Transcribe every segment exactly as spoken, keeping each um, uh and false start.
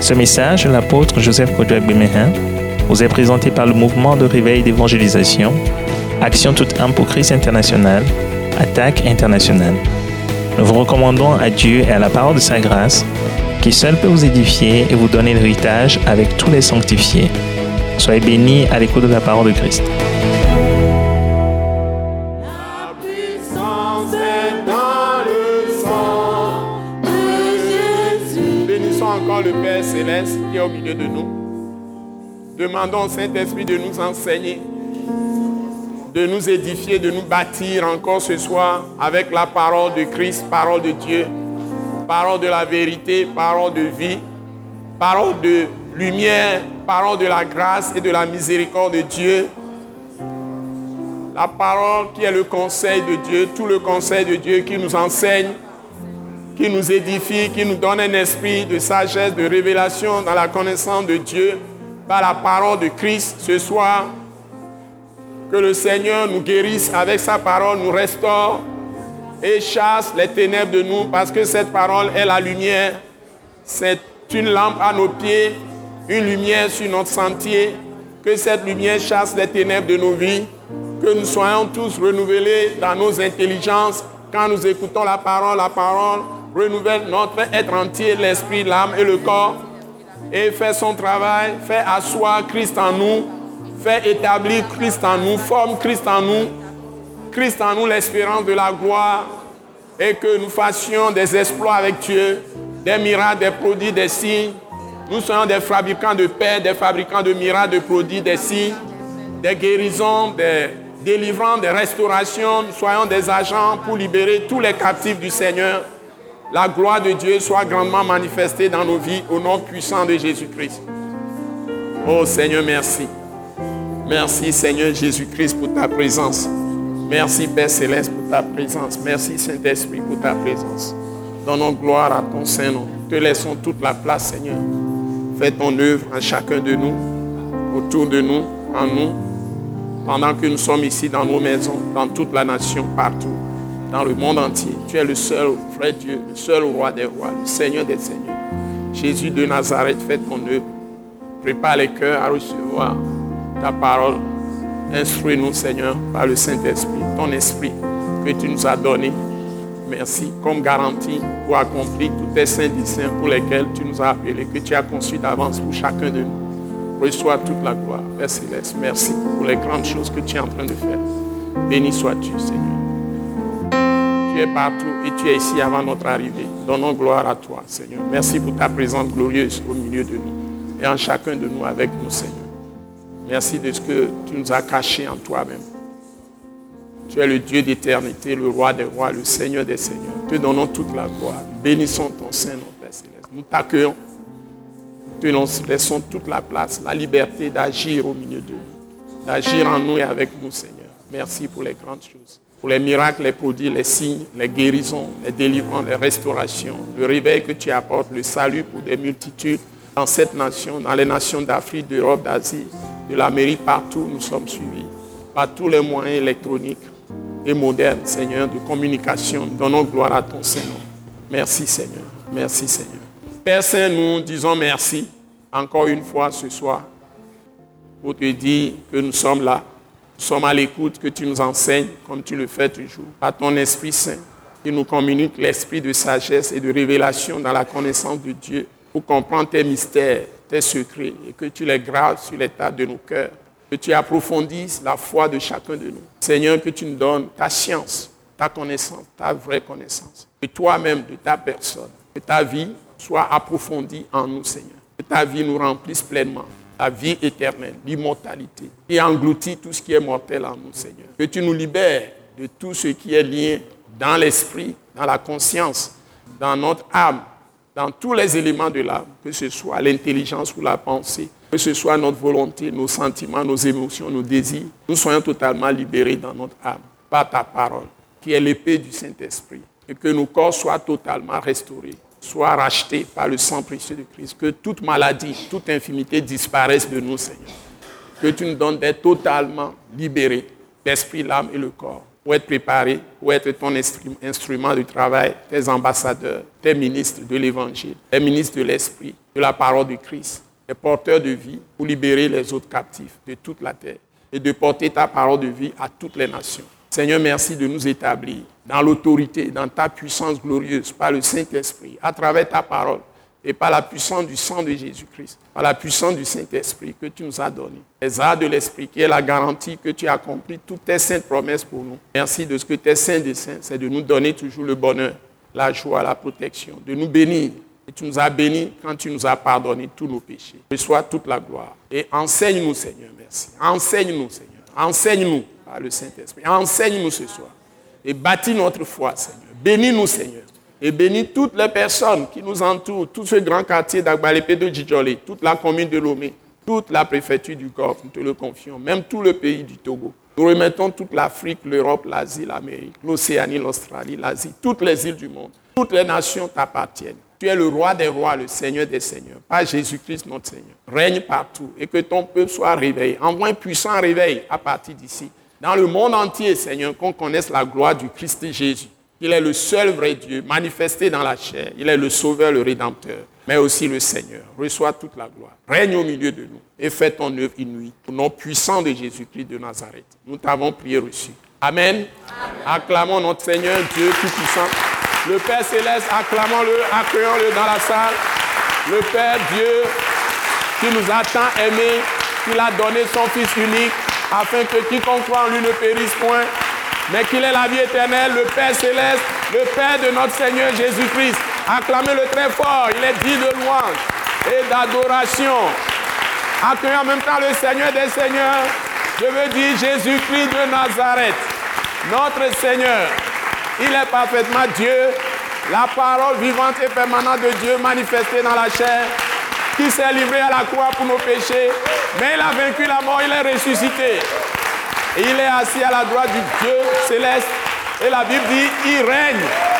Ce message, l'apôtre Joseph Kodouak-Bemehin, vous est présenté par le mouvement de réveil d'évangélisation, Action toute âme pour Christ international, Attaque internationale. Nous vous recommandons à Dieu et à la parole de sa grâce, qui seul peut vous édifier et vous donner l'héritage avec tous les sanctifiés. Soyez bénis à l'écoute de la parole de Christ. Le Père Céleste qui est au milieu de nous. Demandons au Saint-Esprit de nous enseigner, de nous édifier, de nous bâtir encore ce soir avec la parole de Christ, parole de Dieu, parole de la vérité, parole de vie, parole de lumière, parole de la grâce et de la miséricorde de Dieu. La parole qui est le conseil de Dieu, tout le conseil de Dieu qui nous enseigne, qui nous édifie, qui nous donne un esprit de sagesse, de révélation dans la connaissance de Dieu par la parole de Christ ce soir. Que le Seigneur nous guérisse avec sa parole, nous restaure et chasse les ténèbres de nous, parce que cette parole est la lumière. C'est une lampe à nos pieds, une lumière sur notre sentier. Que cette lumière chasse les ténèbres de nos vies, que nous soyons tous renouvelés dans nos intelligences quand nous écoutons la parole, la parole renouvelle notre être entier, l'esprit, l'âme et le corps, et fait son travail, fait asseoir Christ en nous, fait établir Christ en nous, forme Christ en nous, Christ en nous l'espérance de la gloire, et que nous fassions des exploits avec Dieu, des miracles, des prodiges, des signes. Nous soyons des fabricants de paix, des fabricants de miracles, de prodiges, des signes, des guérisons, des délivrances, des restaurations. Nous soyons des agents pour libérer tous les captifs du Seigneur. La gloire de Dieu soit grandement manifestée dans nos vies au nom puissant de Jésus-Christ. Oh Seigneur, merci. Merci Seigneur Jésus-Christ pour ta présence. Merci Père Céleste pour ta présence. Merci Saint-Esprit pour ta présence. Donnons gloire à ton Saint-Nom. Te laissons toute la place Seigneur. Fais ton œuvre en chacun de nous, autour de nous, en nous, pendant que nous sommes ici dans nos maisons, dans toute la nation, partout. Dans le monde entier, tu es le seul vrai Dieu, le seul roi des rois, le Seigneur des seigneurs. Jésus de Nazareth, fais ton œuvre. Prépare les cœurs à recevoir ta parole. Instruis-nous, Seigneur, par le Saint-Esprit, ton esprit que tu nous as donné. Merci, comme garantie pour accomplir tous tes saints desseins pour lesquels tu nous as appelés, que tu as conçus d'avance pour chacun de nous. Reçois toute la gloire, Père Céleste. Merci pour les grandes choses que tu es en train de faire. Béni sois-tu, Seigneur. Tu es partout et tu es ici avant notre arrivée. Donnons gloire à toi, Seigneur. Merci pour ta présence glorieuse au milieu de nous et en chacun de nous avec nous, Seigneur. Merci de ce que tu nous as caché en toi-même. Tu es le Dieu d'éternité, le roi des rois, le Seigneur des seigneurs. Te donnons toute la gloire. Bénissons ton Saint-Nom, Père Céleste. Nous t'accueillons. Te laissons toute la place, la liberté d'agir au milieu de nous, d'agir en nous et avec nous, Seigneur. Merci pour les grandes choses. Pour les miracles, les prodiges, les signes, les guérisons, les délivrances, les restaurations, le réveil que tu apportes, le salut pour des multitudes dans cette nation, dans les nations d'Afrique, d'Europe, d'Asie, de l'Amérique, partout nous sommes suivis par tous les moyens électroniques et modernes, Seigneur, de communication. Donnons gloire à ton Seigneur. Merci Seigneur, merci Seigneur. Père Saint, nous disons merci encore une fois ce soir pour te dire que nous sommes là. Nous sommes à l'écoute, que tu nous enseignes, comme tu le fais toujours, par ton Esprit Saint, qui nous communique l'esprit de sagesse et de révélation dans la connaissance de Dieu, pour comprendre tes mystères, tes secrets, et que tu les graves sur les tables de nos cœurs, que tu approfondisses la foi de chacun de nous. Seigneur, que tu nous donnes ta science, ta connaissance, ta vraie connaissance, que toi-même, de ta personne, que ta vie soit approfondie en nous, Seigneur, que ta vie nous remplisse pleinement. La vie éternelle, l'immortalité, et engloutit tout ce qui est mortel en nous, Seigneur. Que tu nous libères de tout ce qui est lié dans l'esprit, dans la conscience, dans notre âme, dans tous les éléments de l'âme, que ce soit l'intelligence ou la pensée, que ce soit notre volonté, nos sentiments, nos émotions, nos désirs. Nous soyons totalement libérés dans notre âme par ta parole, qui est l'épée du Saint-Esprit, et que nos corps soient totalement restaurés, soient rachetés par le sang précieux de Christ, que toute maladie, toute infirmité disparaisse de nous, Seigneur. Que tu nous donnes d'être totalement libérés, l'esprit, l'âme et le corps, pour être préparés, pour être ton instru- instrument de travail, tes ambassadeurs, tes ministres de l'Évangile, tes ministres de l'Esprit, de la parole de Christ, les porteurs de vie pour libérer les autres captifs de toute la terre et de porter ta parole de vie à toutes les nations. Seigneur, merci de nous établir dans l'autorité, dans ta puissance glorieuse, par le Saint-Esprit, à travers ta parole et par la puissance du sang de Jésus-Christ, par la puissance du Saint-Esprit que tu nous as donné. Les arts de l'Esprit, qui est la garantie que tu as accompli toutes tes saintes promesses pour nous. Merci de ce que tes saints desseins, c'est de nous donner toujours le bonheur, la joie, la protection, de nous bénir. Et tu nous as bénis quand tu nous as pardonné tous nos péchés. Reçois toute la gloire. Et enseigne-nous, Seigneur, merci. Enseigne-nous, Seigneur. Enseigne-nous par le Saint-Esprit. Enseigne-nous ce soir. Et bâtis notre foi, Seigneur. Bénis-nous, Seigneur. Et bénis toutes les personnes qui nous entourent, tout ce grand quartier d'Agbalépé de Djidjolé, toute la commune de Lomé, toute la préfecture du Golfe, nous te le confions, même tout le pays du Togo. Nous remettons toute l'Afrique, l'Europe, l'Asie, l'Amérique, l'Océanie, l'Australie, l'Asie, toutes les îles du monde. Toutes les nations t'appartiennent. Tu es le roi des rois, le Seigneur des seigneurs, par Jésus-Christ notre Seigneur. Règne partout et que ton peuple soit réveillé. Envoie un puissant réveil à partir d'ici. Dans le monde entier, Seigneur, qu'on connaisse la gloire du Christ Jésus. Il est le seul vrai Dieu, manifesté dans la chair. Il est le Sauveur, le Rédempteur, mais aussi le Seigneur. Reçois toute la gloire. Règne au milieu de nous et fais ton œuvre inouïe. Au nom puissant de Jésus-Christ de Nazareth. Nous t'avons prié reçu. Amen. Amen. Acclamons notre Seigneur, Dieu Tout-Puissant. Le Père Céleste, acclamons-le, accueillons-le dans la salle. Le Père Dieu qui nous a tant aimés, qu'il a donné son Fils unique, afin que quiconque croit en lui ne périsse point, mais qu'il ait la vie éternelle, le Père Céleste, le Père de notre Seigneur Jésus-Christ. Acclamez-le très fort, il est dit de louange et d'adoration. Accueillons en même temps le Seigneur des Seigneurs, je veux dire Jésus-Christ de Nazareth, notre Seigneur. Il est parfaitement Dieu, la parole vivante et permanente de Dieu manifestée dans la chair, qui s'est livré à la croix pour nos péchés, mais il a vaincu la mort, il est ressuscité. Et il est assis à la droite du Dieu céleste. Et la Bible dit, il règne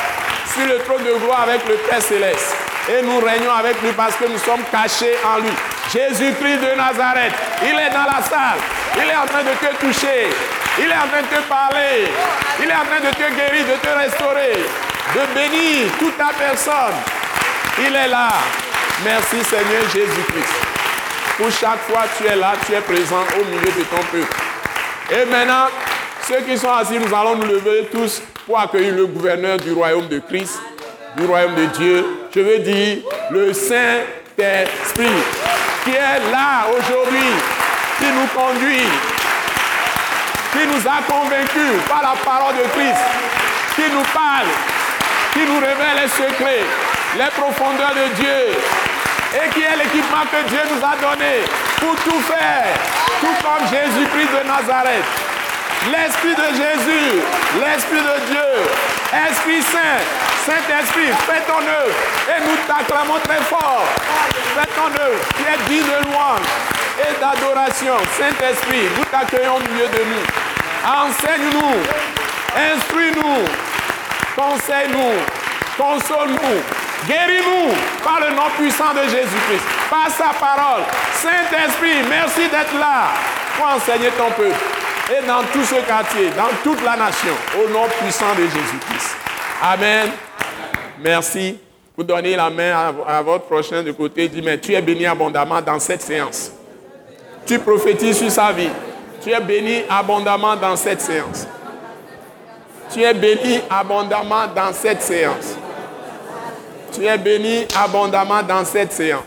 sur le trône de gloire avec le Père céleste. Et nous régnons avec lui parce que nous sommes cachés en lui. Jésus-Christ de Nazareth, il est dans la salle, il est en train de te toucher. Il est en train de te parler. Il est en train de te guérir, de te restaurer, de bénir toute ta personne. Il est là. Merci Seigneur Jésus-Christ. Pour chaque fois tu es là, tu es présent au milieu de ton peuple. Et maintenant, ceux qui sont assis, nous allons nous lever tous pour accueillir le gouverneur du royaume de Christ, du royaume de Dieu. Je veux dire le Saint-Esprit qui est là aujourd'hui, qui nous conduit, qui nous a convaincus par la parole de Christ, qui nous parle, qui nous révèle les secrets, les profondeurs de Dieu, et qui est l'équipement que Dieu nous a donné pour tout faire, tout comme Jésus-Christ de Nazareth. L'Esprit de Jésus, l'Esprit de Dieu, Esprit Saint, Saint-Esprit, fais ton œuvre, et nous t'acclamons très fort. Fais ton œuvre, qui est digne de louange et d'adoration. Saint-Esprit, nous t'accueillons au milieu de nous. Enseigne-nous, instruis-nous, conseille-nous, console-nous, guéris-nous par le nom puissant de Jésus-Christ, par sa parole. Saint-Esprit, merci d'être là pour enseigner ton peuple. Et dans tout ce quartier, dans toute la nation, au nom puissant de Jésus-Christ. Amen. Merci. Vous donnez la main à, à votre prochain de côté et dites, mais tu es béni abondamment dans cette séance. Tu prophétises sur sa vie. Tu es béni abondamment dans cette séance. Tu es béni abondamment dans cette séance. Tu es béni abondamment dans cette séance.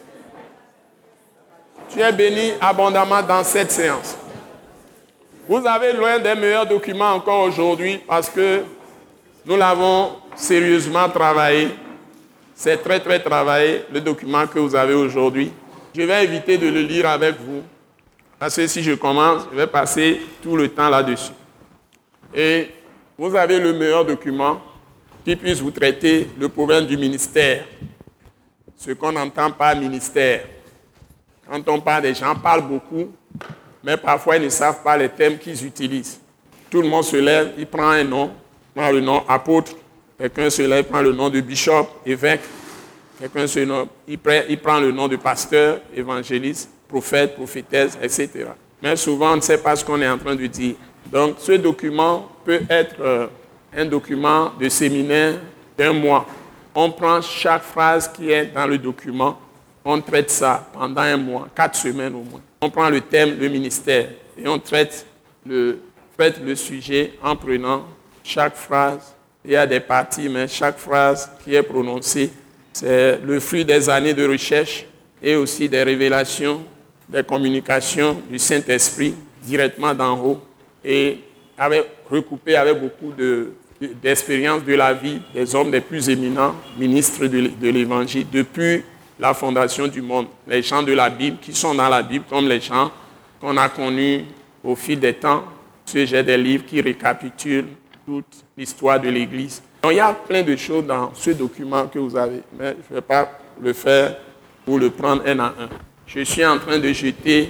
Tu es béni abondamment dans cette séance. Vous avez l'un des meilleurs documents encore aujourd'hui parce que nous l'avons sérieusement travaillé. C'est très très travaillé le document que vous avez aujourd'hui. Je vais éviter de le lire avec vous parce que si je commence, je vais passer tout le temps là-dessus. Et vous avez le meilleur document qui puisse vous traiter le problème du ministère. Ce qu'on entend par ministère. Quand on parle, des gens parlent beaucoup, mais parfois ils ne savent pas les termes qu'ils utilisent. Tout le monde se lève, il prend un nom, il prend le nom apôtre, quelqu'un se lève, il prend le nom de bishop, évêque, quelqu'un se lève, il, il prend le nom de pasteur, évangéliste, prophète, prophétesse, et cetera. Mais souvent on ne sait pas ce qu'on est en train de dire. Donc, ce document peut être euh, un document de séminaire d'un mois. On prend chaque phrase qui est dans le document, on traite ça pendant un mois, quatre semaines au moins. On prend le thème, le ministère, et on traite le, traite le sujet en prenant chaque phrase. Il y a des parties, mais chaque phrase qui est prononcée, c'est le fruit des années de recherche et aussi des révélations, des communications du Saint-Esprit directement d'en haut et avec, recoupé avec beaucoup de, d'expériences de la vie des hommes les plus éminents, ministres de, de l'Évangile, depuis la fondation du monde. Les gens de la Bible qui sont dans la Bible, comme les gens qu'on a connus au fil des temps. J'ai des livres qui récapitulent toute l'histoire de l'Église. Donc, il y a plein de choses dans ce document que vous avez, mais je ne vais pas le faire pour le prendre un à un. Je suis en train de jeter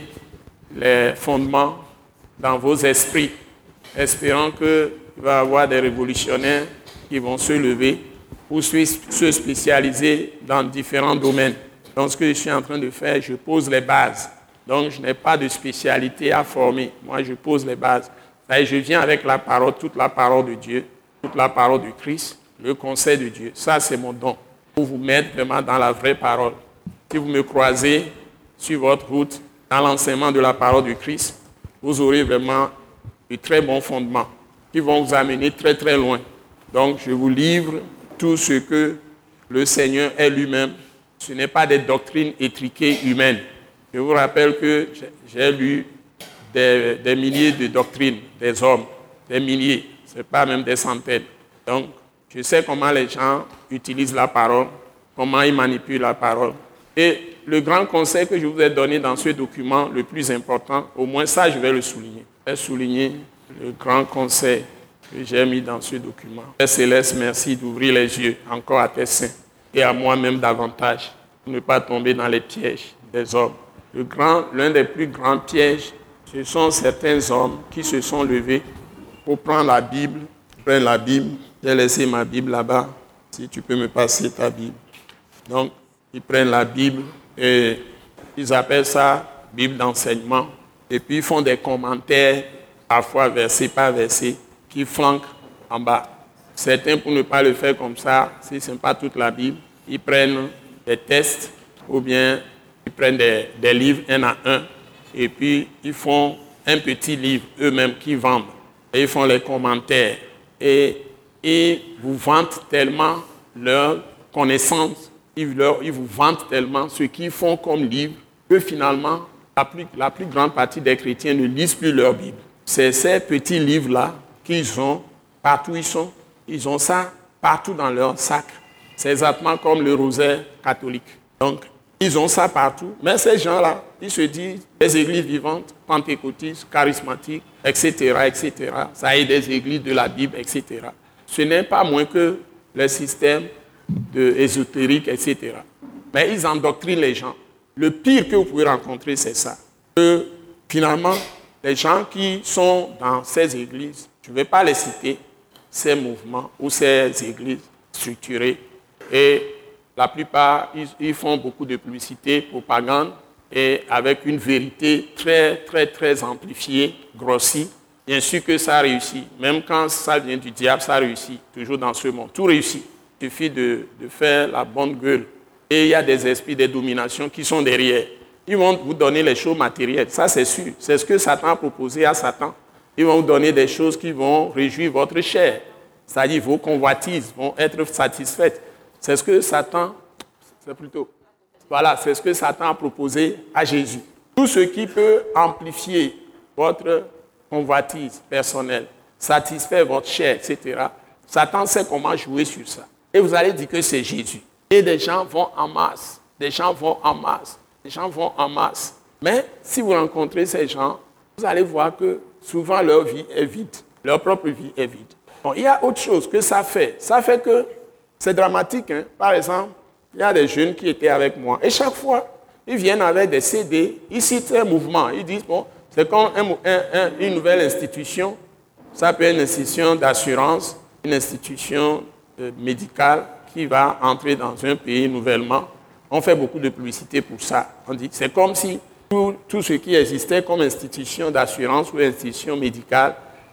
les fondements dans vos esprits, espérant qu'il va y avoir des révolutionnaires qui vont se lever pour se spécialiser dans différents domaines. Donc, ce que je suis en train de faire, je pose les bases. Donc, je n'ai pas de spécialité à former. Moi, je pose les bases. Et je viens avec la parole, toute la parole de Dieu, toute la parole du Christ, le conseil de Dieu. Ça, c'est mon don, pour vous mettre vraiment dans la vraie parole. Si vous me croisez sur votre route, dans l'enseignement de la parole du Christ, vous aurez vraiment de très bons fondements qui vont vous amener très très loin. Donc, je vous livre tout ce que le Seigneur est lui-même. Ce n'est pas des doctrines étriquées humaines. Je vous rappelle que j'ai lu des, des milliers de doctrines des hommes, des milliers, ce n'est pas même des centaines. Donc, je sais comment les gens utilisent la parole, comment ils manipulent la parole. Et le grand conseil que je vous ai donné dans ce document, le plus important, au moins ça, je vais le souligner. Je vais souligner le grand conseil que j'ai mis dans ce document. Père Céleste, merci d'ouvrir les yeux encore à tes saints et à moi-même davantage, pour ne pas tomber dans les pièges des hommes. Le grand, l'un des plus grands pièges, ce sont certains hommes qui se sont levés pour prendre la Bible, prendre la Bible. J'ai laissé ma Bible là-bas, si tu peux me passer ta Bible. Donc, ils prennent la Bible et ils appellent ça Bible d'enseignement. Et puis, ils font des commentaires, parfois verset par verset, qui flanquent en bas. Certains, pour ne pas le faire comme ça, si ce n'est pas toute la Bible, ils prennent des textes ou bien ils prennent des, des livres un à un et puis ils font un petit livre eux-mêmes qu'ils vendent. Et ils font les commentaires et ils vous vantent tellement leur connaissance, ils, leur, ils vous vantent tellement ce qu'ils font comme livre que finalement, la plus, la plus grande partie des chrétiens ne lisent plus leur Bible. C'est ces petits livres-là qu'ils ont partout où ils sont. Ils ont ça partout dans leur sac. C'est exactement comme le rosaire catholique. Donc, ils ont ça partout. Mais ces gens-là, ils se disent des églises vivantes, pentecôtistes, charismatiques, et cetera, et cetera. Ça est des églises de la Bible, et cetera. Ce n'est pas moins que le système de ésotérique, et cetera. Mais ils endoctrinent les gens. Le pire que vous pouvez rencontrer, c'est ça. Que finalement, les gens qui sont dans ces églises, je ne vais pas les citer, ces mouvements ou ces églises structurées, et la plupart, ils, ils font beaucoup de publicité, propagande, et avec une vérité très, très, très amplifiée, grossie. Bien sûr que ça réussit. Même quand ça vient du diable, ça réussit. Toujours dans ce monde. Tout réussit. Il suffit de, de faire la bonne gueule. Et il y a des esprits de domination qui sont derrière. Ils vont vous donner les choses matérielles. Ça, c'est sûr. C'est ce que Satan a proposé à Satan. Ils vont vous donner des choses qui vont réjouir votre chair. C'est-à-dire vos convoitises vont être satisfaites. C'est ce que Satan, c'est plutôt, voilà, c'est ce que Satan a proposé à Jésus. Tout ce qui peut amplifier votre convoitise personnelle, satisfaire votre chair, et cetera. Satan sait comment jouer sur ça. Et vous allez dire que c'est Jésus. Et des gens vont en masse, des gens vont en masse, des gens vont en masse. Mais si vous rencontrez ces gens, vous allez voir que souvent leur vie est vide, leur propre vie est vide. Bon, il y a autre chose que ça fait. Ça fait que c'est dramatique. Hein? Par exemple, il y a des jeunes qui étaient avec moi. Et chaque fois, ils viennent avec des C D, ils citent un mouvement. Ils disent, bon, c'est comme un, un, un, une nouvelle institution. Ça peut être une institution d'assurance, une institution euh, médicale qui va entrer dans un pays nouvellement. On fait beaucoup de publicité pour ça. On dit, c'est comme si tout, tout ce qui existait comme institution d'assurance ou institution médicale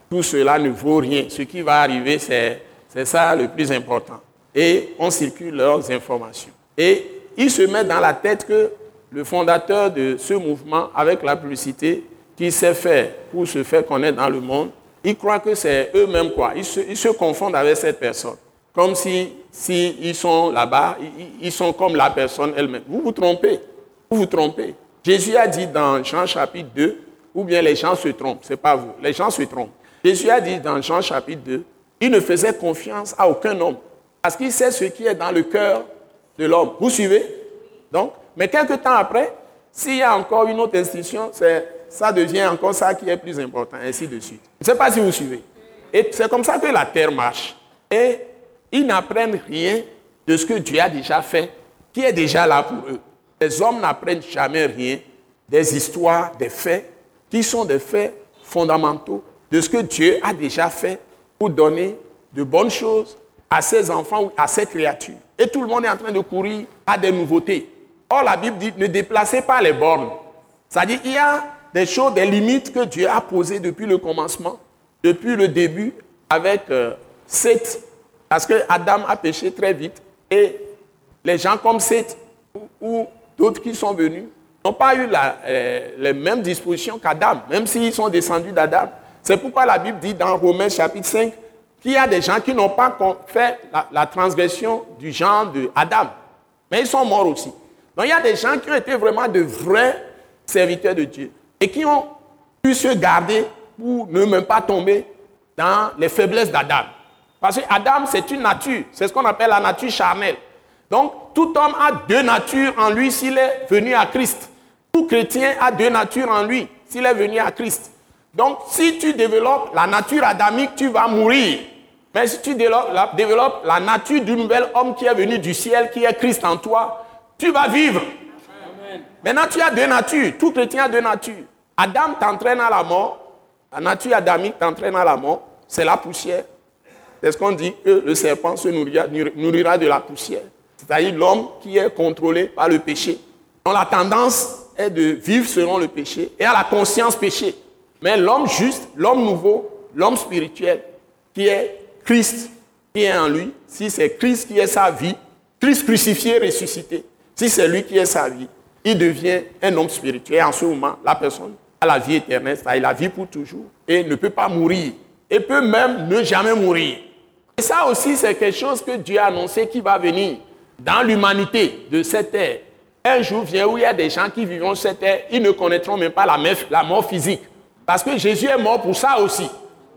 tout cela ne vaut rien. Ce qui va arriver, c'est, c'est ça le plus important. Et on circule leurs informations. Et ils se mettent dans la tête que le fondateur de ce mouvement, avec la publicité qu'il s'est fait pour se faire connaître dans le monde, ils croient que c'est eux-mêmes quoi. Ils se, ils se confondent avec cette personne. Comme si, si ils sont là-bas, ils, ils sont comme la personne elle-même. Vous vous trompez. Vous vous trompez. Jésus a dit dans Jean chapitre deux, ou bien les gens se trompent, ce n'est pas vous, les gens se trompent. Jésus a dit dans Jean chapitre deux, il ne faisait confiance à aucun homme, parce qu'il sait ce qui est dans le cœur de l'homme. Vous suivez? Donc, mais quelques temps après, s'il y a encore une autre institution, c'est, ça devient encore ça qui est plus important, ainsi de suite. Je ne sais pas si vous suivez. Et c'est comme ça que la terre marche. Et ils n'apprennent rien de ce que Dieu a déjà fait, qui est déjà là pour eux. Les hommes n'apprennent jamais rien des histoires, des faits, qui sont des faits fondamentaux de ce que Dieu a déjà fait pour donner de bonnes choses à ses enfants ou à ses créatures. Et tout le monde est en train de courir à des nouveautés. Or, la Bible dit, ne déplacez pas les bornes. C'est-à-dire qu'il y a des choses, des limites que Dieu a posées depuis le commencement, depuis le début, avec euh, Seth, parce que Adam a péché très vite, et les gens comme Seth, ou, ou d'autres qui sont venus, n'ont pas eu la, euh, les mêmes dispositions qu'Adam, même s'ils sont descendus d'Adam. C'est pourquoi la Bible dit dans Romains chapitre cinq qu'il y a des gens qui n'ont pas fait la, la transgression du genre d'Adam, mais ils sont morts aussi. Donc il y a des gens qui ont été vraiment de vrais serviteurs de Dieu et qui ont pu se garder pour ne même pas tomber dans les faiblesses d'Adam. Parce que Adam, c'est une nature, c'est ce qu'on appelle la nature charnelle. Donc, tout homme a deux natures en lui s'il est venu à Christ. Tout chrétien a deux natures en lui s'il est venu à Christ. Donc, si tu développes la nature adamique, tu vas mourir. Mais si tu développes la, développes la nature du nouvel homme qui est venu du ciel, qui est Christ en toi, tu vas vivre. Amen. Maintenant, tu as deux natures. Tout chrétien a deux natures. Adam t'entraîne à la mort. La nature adamique t'entraîne à la mort. C'est la poussière. C'est ce qu'on dit, que le serpent se nourrira, nourrira de la poussière. C'est-à-dire l'homme qui est contrôlé par le péché. Donc la tendance est de vivre selon le péché et à la conscience péché. Mais l'homme juste, l'homme nouveau, l'homme spirituel, qui est Christ, qui est en lui, si c'est Christ qui est sa vie, Christ crucifié, ressuscité, si c'est lui qui est sa vie, il devient un homme spirituel. En ce moment, la personne a la vie éternelle, c'est-à-dire la vie pour toujours, et ne peut pas mourir, et peut même ne jamais mourir. Et ça aussi, c'est quelque chose que Dieu a annoncé qui va venir dans l'humanité de cette terre. Un jour vient où il y a des gens qui vivront sur cette terre, ils ne connaîtront même pas la, la mort physique. Parce que Jésus est mort pour ça aussi.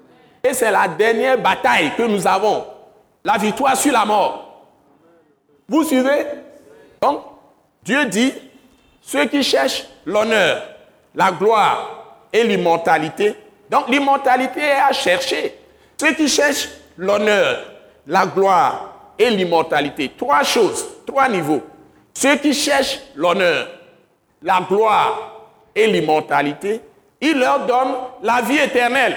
Et c'est la dernière bataille que nous avons. La victoire sur la mort. Vous suivez? Donc, Dieu dit, ceux qui cherchent l'honneur, la gloire et l'immortalité. Donc, l'immortalité est à chercher. Ceux qui cherchent l'honneur, la gloire et l'immortalité. Trois choses, trois niveaux. Ceux qui cherchent l'honneur, la gloire et l'immortalité, il leur donne la vie éternelle.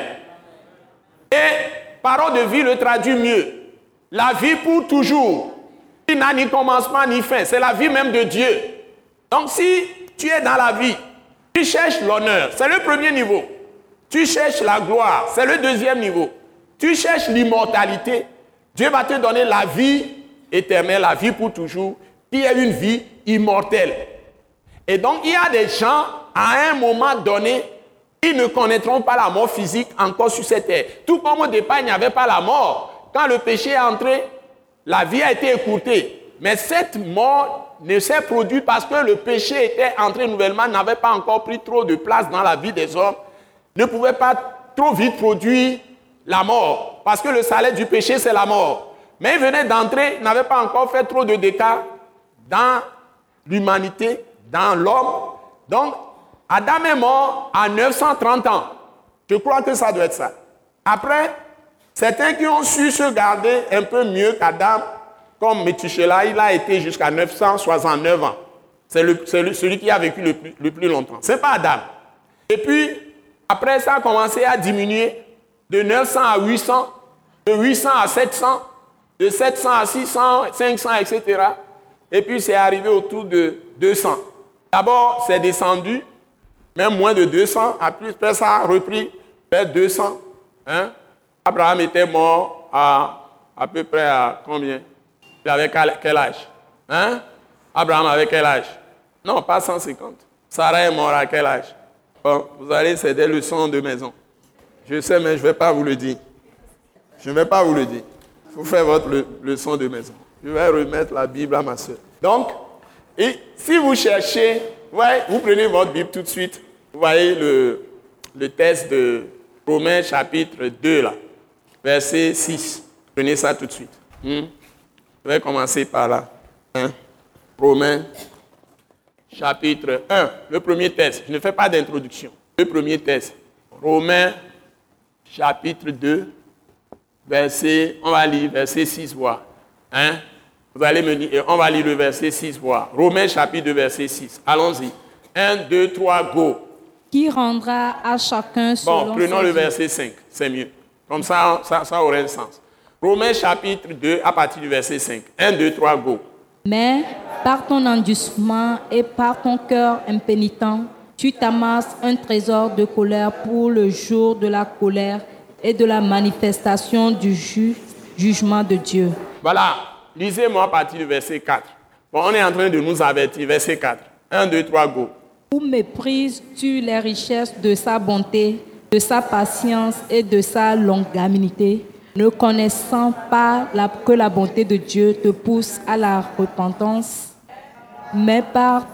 Et parole de vie le traduit mieux. La vie pour toujours. Il n'a ni commencement ni fin. C'est la vie même de Dieu. Donc si tu es dans la vie, tu cherches l'honneur, c'est le premier niveau. Tu cherches la gloire, c'est le deuxième niveau. Tu cherches l'immortalité, Dieu va te donner la vie éternelle, la vie pour toujours, qui est une vie immortelle. Et donc, il y a des gens, à un moment donné, ils ne connaîtront pas la mort physique encore sur cette terre. Tout comme au départ, il n'y avait pas la mort. Quand le péché est entré, la vie a été écourtée. Mais cette mort ne s'est produite parce que le péché était entré nouvellement, n'avait pas encore pris trop de place dans la vie des hommes, ne pouvait pas trop vite produire la mort, parce que le salaire du péché, c'est la mort. Mais il venait d'entrer, il n'avait pas encore fait trop de dégâts dans l'humanité, dans l'homme. Donc, Adam est mort à neuf cent trente ans. Je crois que ça doit être ça. Après, certains qui ont su se garder un peu mieux qu'Adam, comme Métushélah, il a été jusqu'à neuf cent soixante-neuf ans. C'est, le, c'est le, celui qui a vécu le plus, le plus longtemps. Ce n'est pas Adam. Et puis, après, ça a commencé à diminuer. De neuf cents à huit cents, de huit cents à sept cents, de sept cents à six cents, cinq cents, et cetera. Et puis c'est arrivé autour de deux cents. D'abord, c'est descendu, même moins de deux cents, après ça a repris vers deux cents, Hein? Abraham était mort à à peu près à combien? Il avait quel âge? Hein? Abraham avait quel âge? Non, pas cent cinquante. Sarah est morte à quel âge? Bon, vous allez, c'est des leçons de maison. Je sais, mais je ne vais pas vous le dire. Je ne vais pas vous le dire. Il faut faire votre le, leçon de maison. Je vais remettre la Bible à ma soeur. Donc, et si vous cherchez, ouais, vous prenez votre Bible tout de suite. Vous voyez le, le texte de Romains chapitre deux, là, verset six. Prenez ça tout de suite. Hmm? Je vais commencer par là. Hein? Romains chapitre un, le premier texte. Je ne fais pas d'introduction. Le premier texte. Romains chapitre deux, verset, on va lire verset six voix. Hein? Vous allez me lire, on va lire le verset six voix. Romains chapitre deux, verset six. Allons-y. un, deux, trois, go. Qui rendra à chacun selon Bon, prenons le ses verset cinq. C'est mieux. Comme ça, ça, ça aurait un sens. Romains chapitre deux, à partir du verset cinq. un, deux, trois, go. Mais par ton endurcissement et par ton cœur impénitent, tu t'amasses un trésor de colère pour le jour de la colère et de la manifestation du ju- jugement de Dieu. Voilà, lisez-moi à partir du verset quatre. Bon, on est en train de nous avertir, verset quatre. un, deux, trois, go. Où méprises-tu les richesses de sa bonté, de sa patience et de sa longanimité, ne connaissant pas la- que la bonté de Dieu te pousse à la repentance, mais par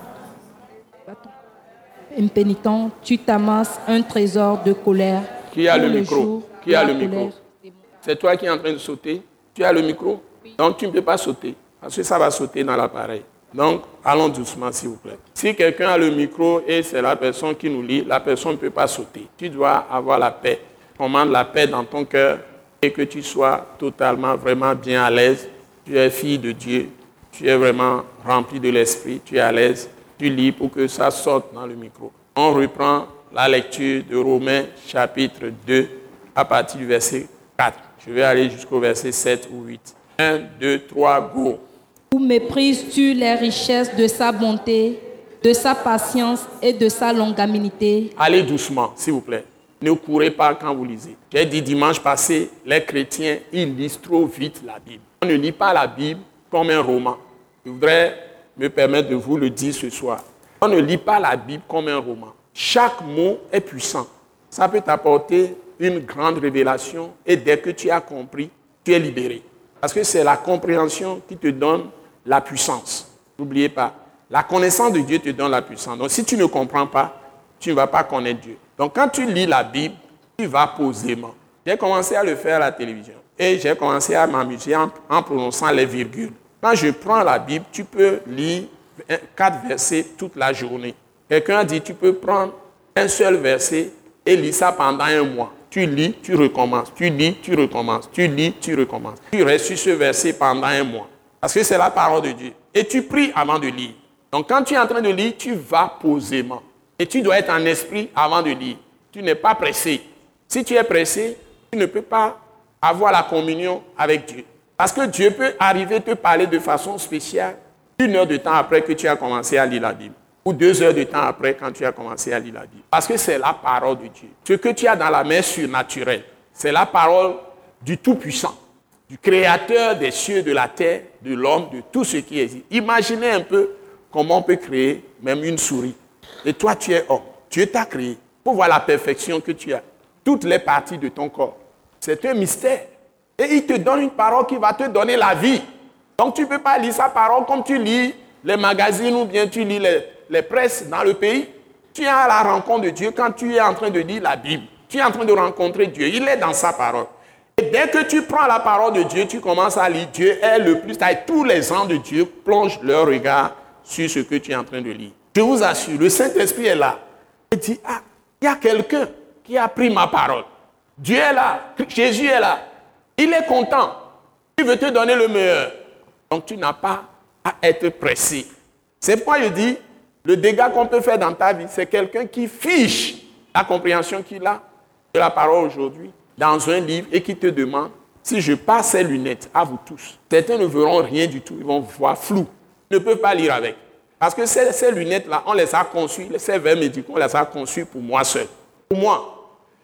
impénitent, tu t'amasses un trésor de colère. Qui a pour le micro? jour Qui de a la le micro? colère. C'est toi qui es en train de sauter. Tu as le micro? Donc tu ne peux pas sauter, parce que ça va sauter dans l'appareil. Donc, allons doucement, s'il vous plaît. Si quelqu'un a le micro et c'est la personne qui nous lit, la personne ne peut pas sauter. Tu dois avoir la paix. Commande la paix dans ton cœur et que tu sois totalement, vraiment bien à l'aise. Tu es fille de Dieu. Tu es vraiment rempli de l'esprit. Tu es à l'aise. Tu lis pour que ça sorte dans le micro. On reprend la lecture de Romains chapitre deux à partir du verset quatre. Je vais aller jusqu'au verset sept ou huit. un, deux, trois, go. Où méprises-tu les richesses de sa bonté, de sa patience et de sa longanimité? Allez doucement, s'il vous plaît. Ne courez pas quand vous lisez. J'ai dit dimanche passé, les chrétiens, ils lisent trop vite la Bible. On ne lit pas la Bible comme un roman. Je voudrais me permettre de vous le dire ce soir. On ne lit pas la Bible comme un roman. Chaque mot est puissant. Ça peut t'apporter une grande révélation et dès que tu as compris, tu es libéré. Parce que c'est la compréhension qui te donne la puissance. N'oubliez pas, la connaissance de Dieu te donne la puissance. Donc si tu ne comprends pas, tu ne vas pas connaître Dieu. Donc quand tu lis la Bible, tu vas posément. J'ai commencé à le faire à la télévision et j'ai commencé à m'amuser en, en prononçant les virgules. Quand je prends la Bible, tu peux lire quatre versets toute la journée. Quelqu'un a dit, tu peux prendre un seul verset et lire ça pendant un mois. Tu lis, tu recommences, tu lis, tu recommences, tu lis, tu recommences. Tu restes sur ce verset pendant un mois. Parce que c'est la parole de Dieu. Et tu pries avant de lire. Donc quand tu es en train de lire, tu vas posément. Et tu dois être en esprit avant de lire. Tu n'es pas pressé. Si tu es pressé, tu ne peux pas avoir la communion avec Dieu. Parce que Dieu peut arriver te parler de façon spéciale une heure de temps après que tu as commencé à lire la Bible. Ou deux heures de temps après quand tu as commencé à lire la Bible. Parce que c'est la parole de Dieu. Ce que tu as dans la main surnaturelle, c'est la parole du Tout-Puissant, du Créateur des cieux, de la terre, de l'homme, de tout ce qui existe. Imaginez un peu comment on peut créer même une souris. Et toi, tu es homme. Dieu t'a créé pour voir la perfection que tu as. Toutes les parties de ton corps. C'est un mystère. Et il te donne une parole qui va te donner la vie. Donc tu ne peux pas lire sa parole comme tu lis les magazines ou bien tu lis les, les presses dans le pays. Tu es à la rencontre de Dieu quand tu es en train de lire la Bible. Tu es en train de rencontrer Dieu. Il est dans sa parole. Et dès que tu prends la parole de Dieu, tu commences à lire. Dieu est le plus... Tous les ans de Dieu plongent leur regard sur ce que tu es en train de lire. Je vous assure, le Saint-Esprit est là. Il dit, ah, il y a quelqu'un qui a pris ma parole. Dieu est là. Jésus est là. Il est content. Il veut te donner le meilleur. Donc tu n'as pas à être pressé. C'est pourquoi je dis, le dégât qu'on peut faire dans ta vie, c'est quelqu'un qui fiche la compréhension qu'il a de la parole aujourd'hui dans un livre et qui te demande, si je passe ces lunettes à vous tous, certains ne verront rien du tout, ils vont voir flou. Ils ne peuvent pas lire avec. Parce que ces, ces lunettes-là, on les a conçues, ces verres médicaux, on les a conçus pour moi seul. Pour moi.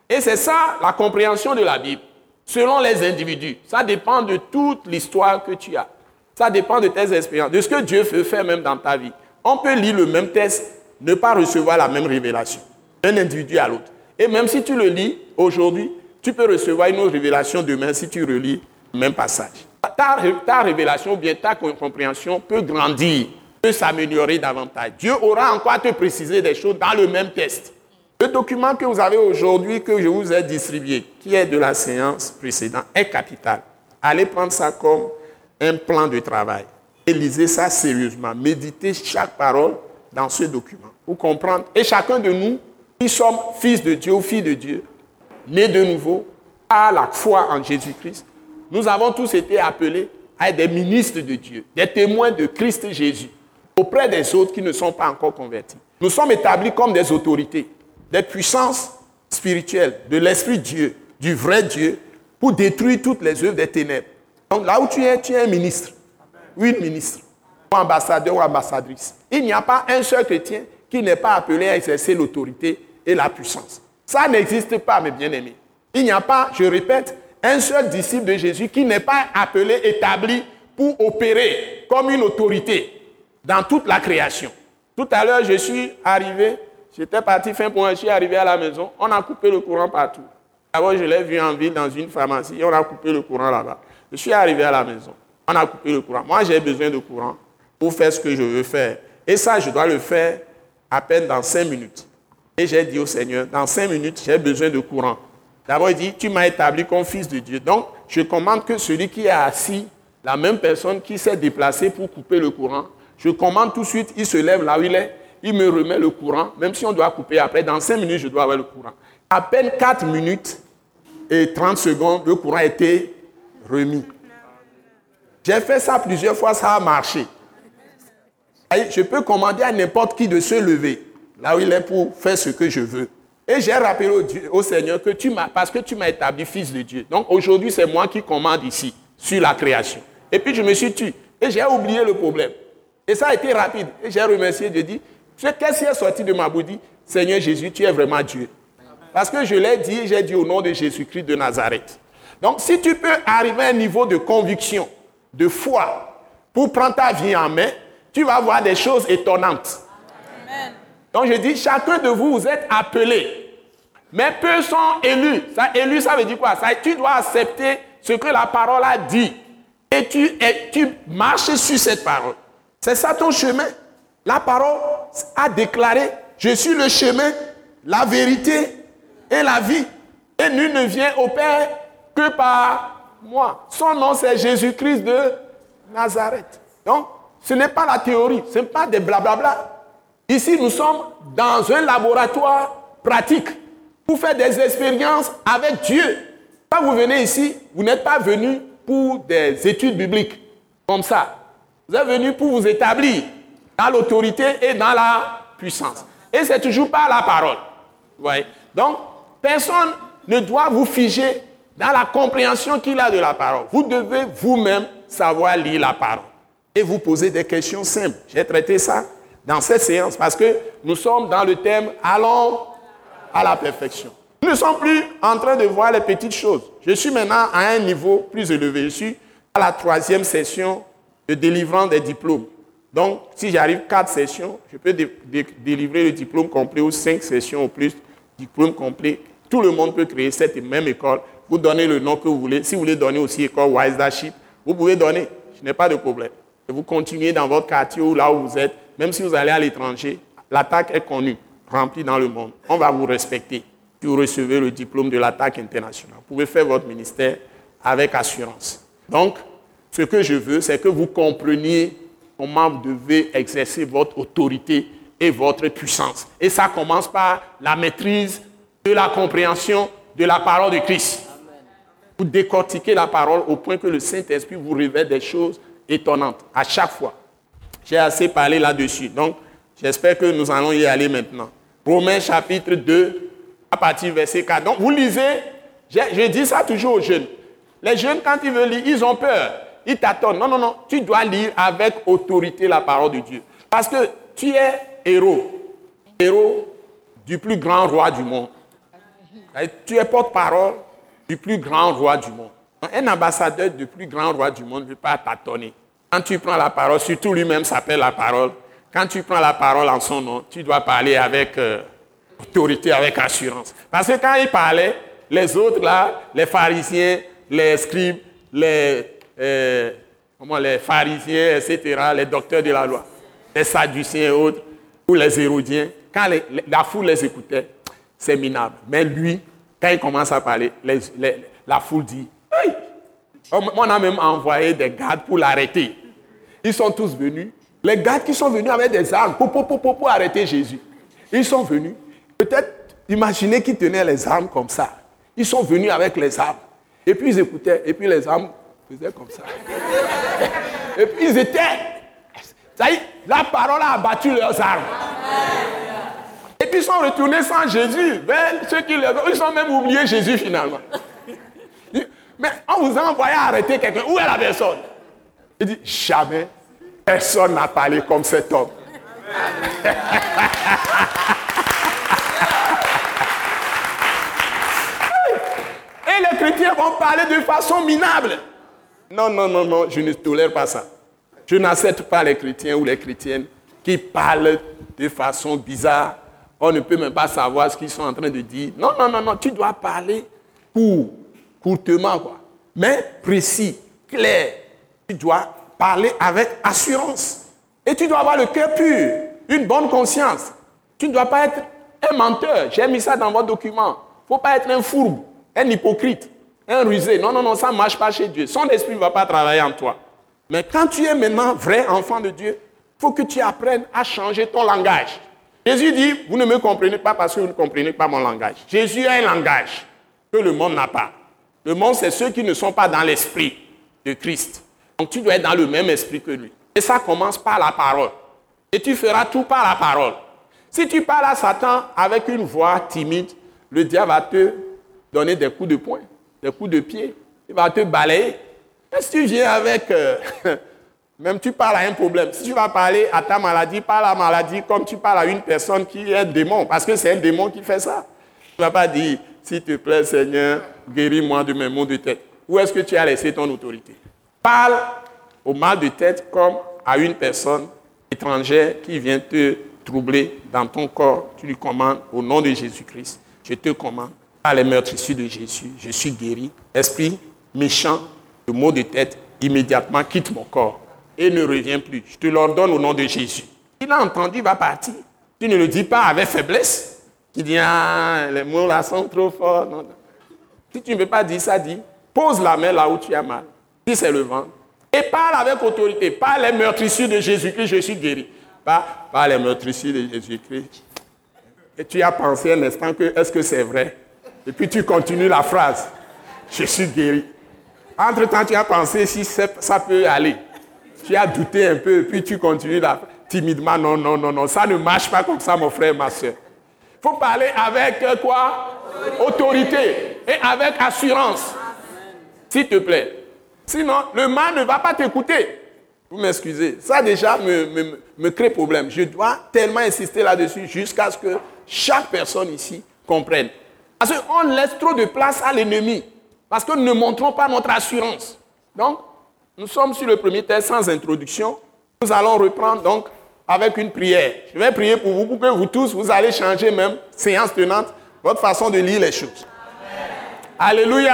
Et c'est ça la compréhension de la Bible. Selon les individus, ça dépend de toute l'histoire que tu as. Ça dépend de tes expériences, de ce que Dieu veut faire même dans ta vie. On peut lire le même texte, ne pas recevoir la même révélation, d'un individu à l'autre. Et même si tu le lis aujourd'hui, tu peux recevoir une autre révélation demain si tu relis le même passage. Ta, ta révélation ou bien ta compréhension peut grandir, peut s'améliorer davantage. Dieu aura encore à te préciser des choses dans le même texte. Le document que vous avez aujourd'hui, que je vous ai distribué, qui est de la séance précédente, est capital. Allez prendre ça comme un plan de travail. Et lisez ça sérieusement. Méditez chaque parole dans ce document pour comprendre. Et chacun de nous, qui sommes fils de Dieu ou filles de Dieu, nés de nouveau, à la foi en Jésus-Christ, nous avons tous été appelés à être des ministres de Dieu, des témoins de Christ Jésus, auprès des autres qui ne sont pas encore convertis. Nous sommes établis comme des autorités, des puissances spirituelles de l'Esprit de Dieu, du vrai Dieu, pour détruire toutes les œuvres des ténèbres. Donc là où tu es, tu es un ministre, ou une ministre, ou ambassadeur ou ambassadrice. Il n'y a pas un seul chrétien qui n'est pas appelé à exercer l'autorité et la puissance. Ça n'existe pas, mes bien-aimés. Il n'y a pas, je répète, un seul disciple de Jésus qui n'est pas appelé, établi pour opérer comme une autorité dans toute la création. Tout à l'heure, je suis arrivé, j'étais parti faire pour un, je suis arrivé à la maison, on a coupé le courant partout. D'abord, je l'ai vu en ville dans une pharmacie, on a coupé le courant là-bas. Je suis arrivé à la maison, on a coupé le courant. Moi, j'ai besoin de courant pour faire ce que je veux faire. Et ça, je dois le faire à peine dans cinq minutes. Et j'ai dit au Seigneur, dans cinq minutes, j'ai besoin de courant. D'abord, il dit, tu m'as établi comme fils de Dieu. Donc, je commande que celui qui est assis, la même personne qui s'est déplacée pour couper le courant, je commande tout de suite, il se lève là où il est, il me remet le courant, même si on doit couper après, dans cinq minutes, je dois avoir le courant. À peine quatre minutes et trente secondes, le courant a été remis. J'ai fait ça plusieurs fois, ça a marché. Je peux commander à n'importe qui de se lever, là où il est, pour faire ce que je veux. Et j'ai rappelé au, Dieu, au Seigneur que tu m'as, parce que tu m'as établi fils de Dieu. Donc aujourd'hui, c'est moi qui commande ici, sur la création. Et puis je me suis tué. Et j'ai oublié le problème. Et ça a été rapide. Et j'ai remercié Dieu, dit, qu'est-ce qui est sorti de ma bouche? Dit, Seigneur Jésus, tu es vraiment Dieu. Parce que je l'ai dit, j'ai dit au nom de Jésus-Christ de Nazareth. Donc si tu peux arriver à un niveau de conviction, de foi, pour prendre ta vie en main, tu vas voir des choses étonnantes. Amen. Donc je dis, chacun de vous, vous êtes appelés. Mais peu sont élus. Ça, élu, ça veut dire quoi? Ça, tu dois accepter ce que la parole a dit. Et tu, et tu marches sur cette parole. C'est ça ton chemin. La parole a déclaré, je suis le chemin, la vérité et la vie. Et nul ne vient au Père que par moi. Son nom, c'est Jésus-Christ de Nazareth. Donc, ce n'est pas la théorie, ce n'est pas des blablabla. Ici, nous sommes dans un laboratoire pratique pour faire des expériences avec Dieu. Quand vous venez ici, vous n'êtes pas venu pour des études bibliques comme ça. Vous êtes venu pour vous établir dans l'autorité et dans la puissance. Et c'est toujours par la parole. Vous voyez? Donc, personne ne doit vous figer dans la compréhension qu'il a de la parole. Vous devez vous-même savoir lire la parole. Et vous poser des questions simples. J'ai traité ça dans cette séance parce que nous sommes dans le thème « Allons à la perfection ». Nous ne sommes plus en train de voir les petites choses. Je suis maintenant à un niveau plus élevé. Je suis à la troisième session de délivrance des diplômes. Donc, si j'arrive quatre sessions, je peux dé- dé- délivrer le diplôme complet ou cinq sessions ou plus, diplôme complet. Tout le monde peut créer cette même école. Vous donnez le nom que vous voulez. Si vous voulez donner aussi école Wise Leadership, vous pouvez donner. Je n'ai pas de problème. Et vous continuez dans votre quartier ou là où vous êtes. Même si vous allez à l'étranger, l'attaque est connue, remplie dans le monde. On va vous respecter si vous recevez le diplôme de l'attaque internationale. Vous pouvez faire votre ministère avec assurance. Donc, ce que je veux, c'est que vous compreniez comment vous devez exercer votre autorité et votre puissance. Et ça commence par la maîtrise de la compréhension de la parole de Christ. Vous décortiquez la parole au point que le Saint-Esprit vous révèle des choses étonnantes à chaque fois. J'ai assez parlé là-dessus. Donc, j'espère que nous allons y aller maintenant. Romains chapitre deux, à partir du verset quatre. Donc, vous lisez, je, je dis ça toujours aux jeunes. Les jeunes, quand ils veulent lire, ils ont peur. Ils tâtonnent. Non, non, non. Tu dois lire avec autorité la parole de Dieu. Parce que tu es héros. Héros du plus grand roi du monde. Tu es porte-parole du plus grand roi du monde. Un ambassadeur du plus grand roi du monde ne veut pas tâtonner. Quand tu prends la parole, surtout lui-même s'appelle la parole, quand tu prends la parole en son nom, tu dois parler avec euh, autorité, avec assurance. Parce que quand il parlait, les autres là, les pharisiens, les scribes, les, euh, comment, les pharisiens, et cetera, les docteurs de la loi, les sadduciens et autres, ou les hérodiens, quand les, les, la foule les écoutait, c'est minable. Mais lui, quand il commence à parler, les, les, la foule dit, hey! On a même envoyé des gardes pour l'arrêter. Ils sont tous venus. Les gardes qui sont venus avec des armes pour, pour, pour, pour, pour arrêter Jésus. Ils sont venus. Peut-être, imaginez qu'ils tenaient les armes comme ça. Ils sont venus avec les armes. Et puis ils écoutaient. Et puis les armes faisaient comme ça. Et puis ils étaient... Ça y est, la parole a abattu leurs armes. Et puis ils sont retournés sans Jésus. Mais ceux qui les ont, ils ont même oublié Jésus finalement. Mais on vous a envoyé arrêter quelqu'un. Où est la personne? Il dit, jamais personne n'a parlé comme cet homme. Et les chrétiens vont parler de façon minable. Non, non, non, non, je ne tolère pas ça. Je n'accepte pas les chrétiens ou les chrétiennes qui parlent de façon bizarre. On ne peut même pas savoir ce qu'ils sont en train de dire. Non, non, non, non, tu dois parler pour... courtement, quoi. Mais précis, clair. Tu dois parler avec assurance. Et tu dois avoir le cœur pur, une bonne conscience. Tu ne dois pas être un menteur. J'ai mis ça dans votre document. Il ne faut pas être un fourbe, un hypocrite, un rusé. Non, non, non, ça ne marche pas chez Dieu. Son esprit ne va pas travailler en toi. Mais quand tu es maintenant vrai enfant de Dieu, il faut que tu apprennes à changer ton langage. Jésus dit, vous ne me comprenez pas parce que vous ne comprenez pas mon langage. Jésus a un langage que le monde n'a pas. Le monde, c'est ceux qui ne sont pas dans l'esprit de Christ. Donc, tu dois être dans le même esprit que lui. Et ça commence par la parole. Et tu feras tout par la parole. Si tu parles à Satan avec une voix timide, le diable va te donner des coups de poing, des coups de pied. Il va te balayer. Et si tu viens avec... Euh, même tu parles à un problème. Si tu vas parler à ta maladie, parle à la maladie comme tu parles à une personne qui est un démon. Parce que c'est un démon qui fait ça. Tu ne vas pas dire... S'il te plaît, Seigneur, guéris-moi de mes maux de tête. Où est-ce que tu as laissé ton autorité? Parle au mal de tête comme à une personne étrangère qui vient te troubler dans ton corps. Tu lui commandes au nom de Jésus-Christ. Je te commande, par les meurtrissures de Jésus, je suis guéri. Esprit méchant, le maux de tête, immédiatement quitte mon corps et ne revient plus. Je te l'ordonne au nom de Jésus. Il a entendu, il va partir. Tu ne le dis pas avec faiblesse. Il dit, ah, les mots là sont trop forts. Non, non. Si tu ne veux pas dire ça, dis, pose la main là où tu as mal. Si c'est le ventre. Et parle avec autorité. Par les meurtrissures de Jésus-Christ, je suis guéri. Pas par les meurtrissures de Jésus-Christ. Et tu as pensé un instant que, est-ce que c'est vrai? Et puis tu continues la phrase. Je suis guéri. Entre-temps, tu as pensé si ça peut aller. Tu as douté un peu, et puis tu continues la phrase. Timidement, non, non, non, non. Ça ne marche pas comme ça, mon frère, ma soeur. Il faut parler avec euh, quoi? Autorité. Et avec assurance. S'il te plaît. Sinon, le mal ne va pas t'écouter. Vous m'excusez. Ça déjà me, me, me crée problème. Je dois tellement insister là-dessus jusqu'à ce que chaque personne ici comprenne. Parce qu'on laisse trop de place à l'ennemi. Parce que nous ne montrons pas notre assurance. Donc, nous sommes sur le premier texte sans introduction. Nous allons reprendre donc avec une prière. Je vais prier pour vous, pour que vous tous, vous allez changer même, séance tenante, votre façon de lire les choses. Amen. Alléluia.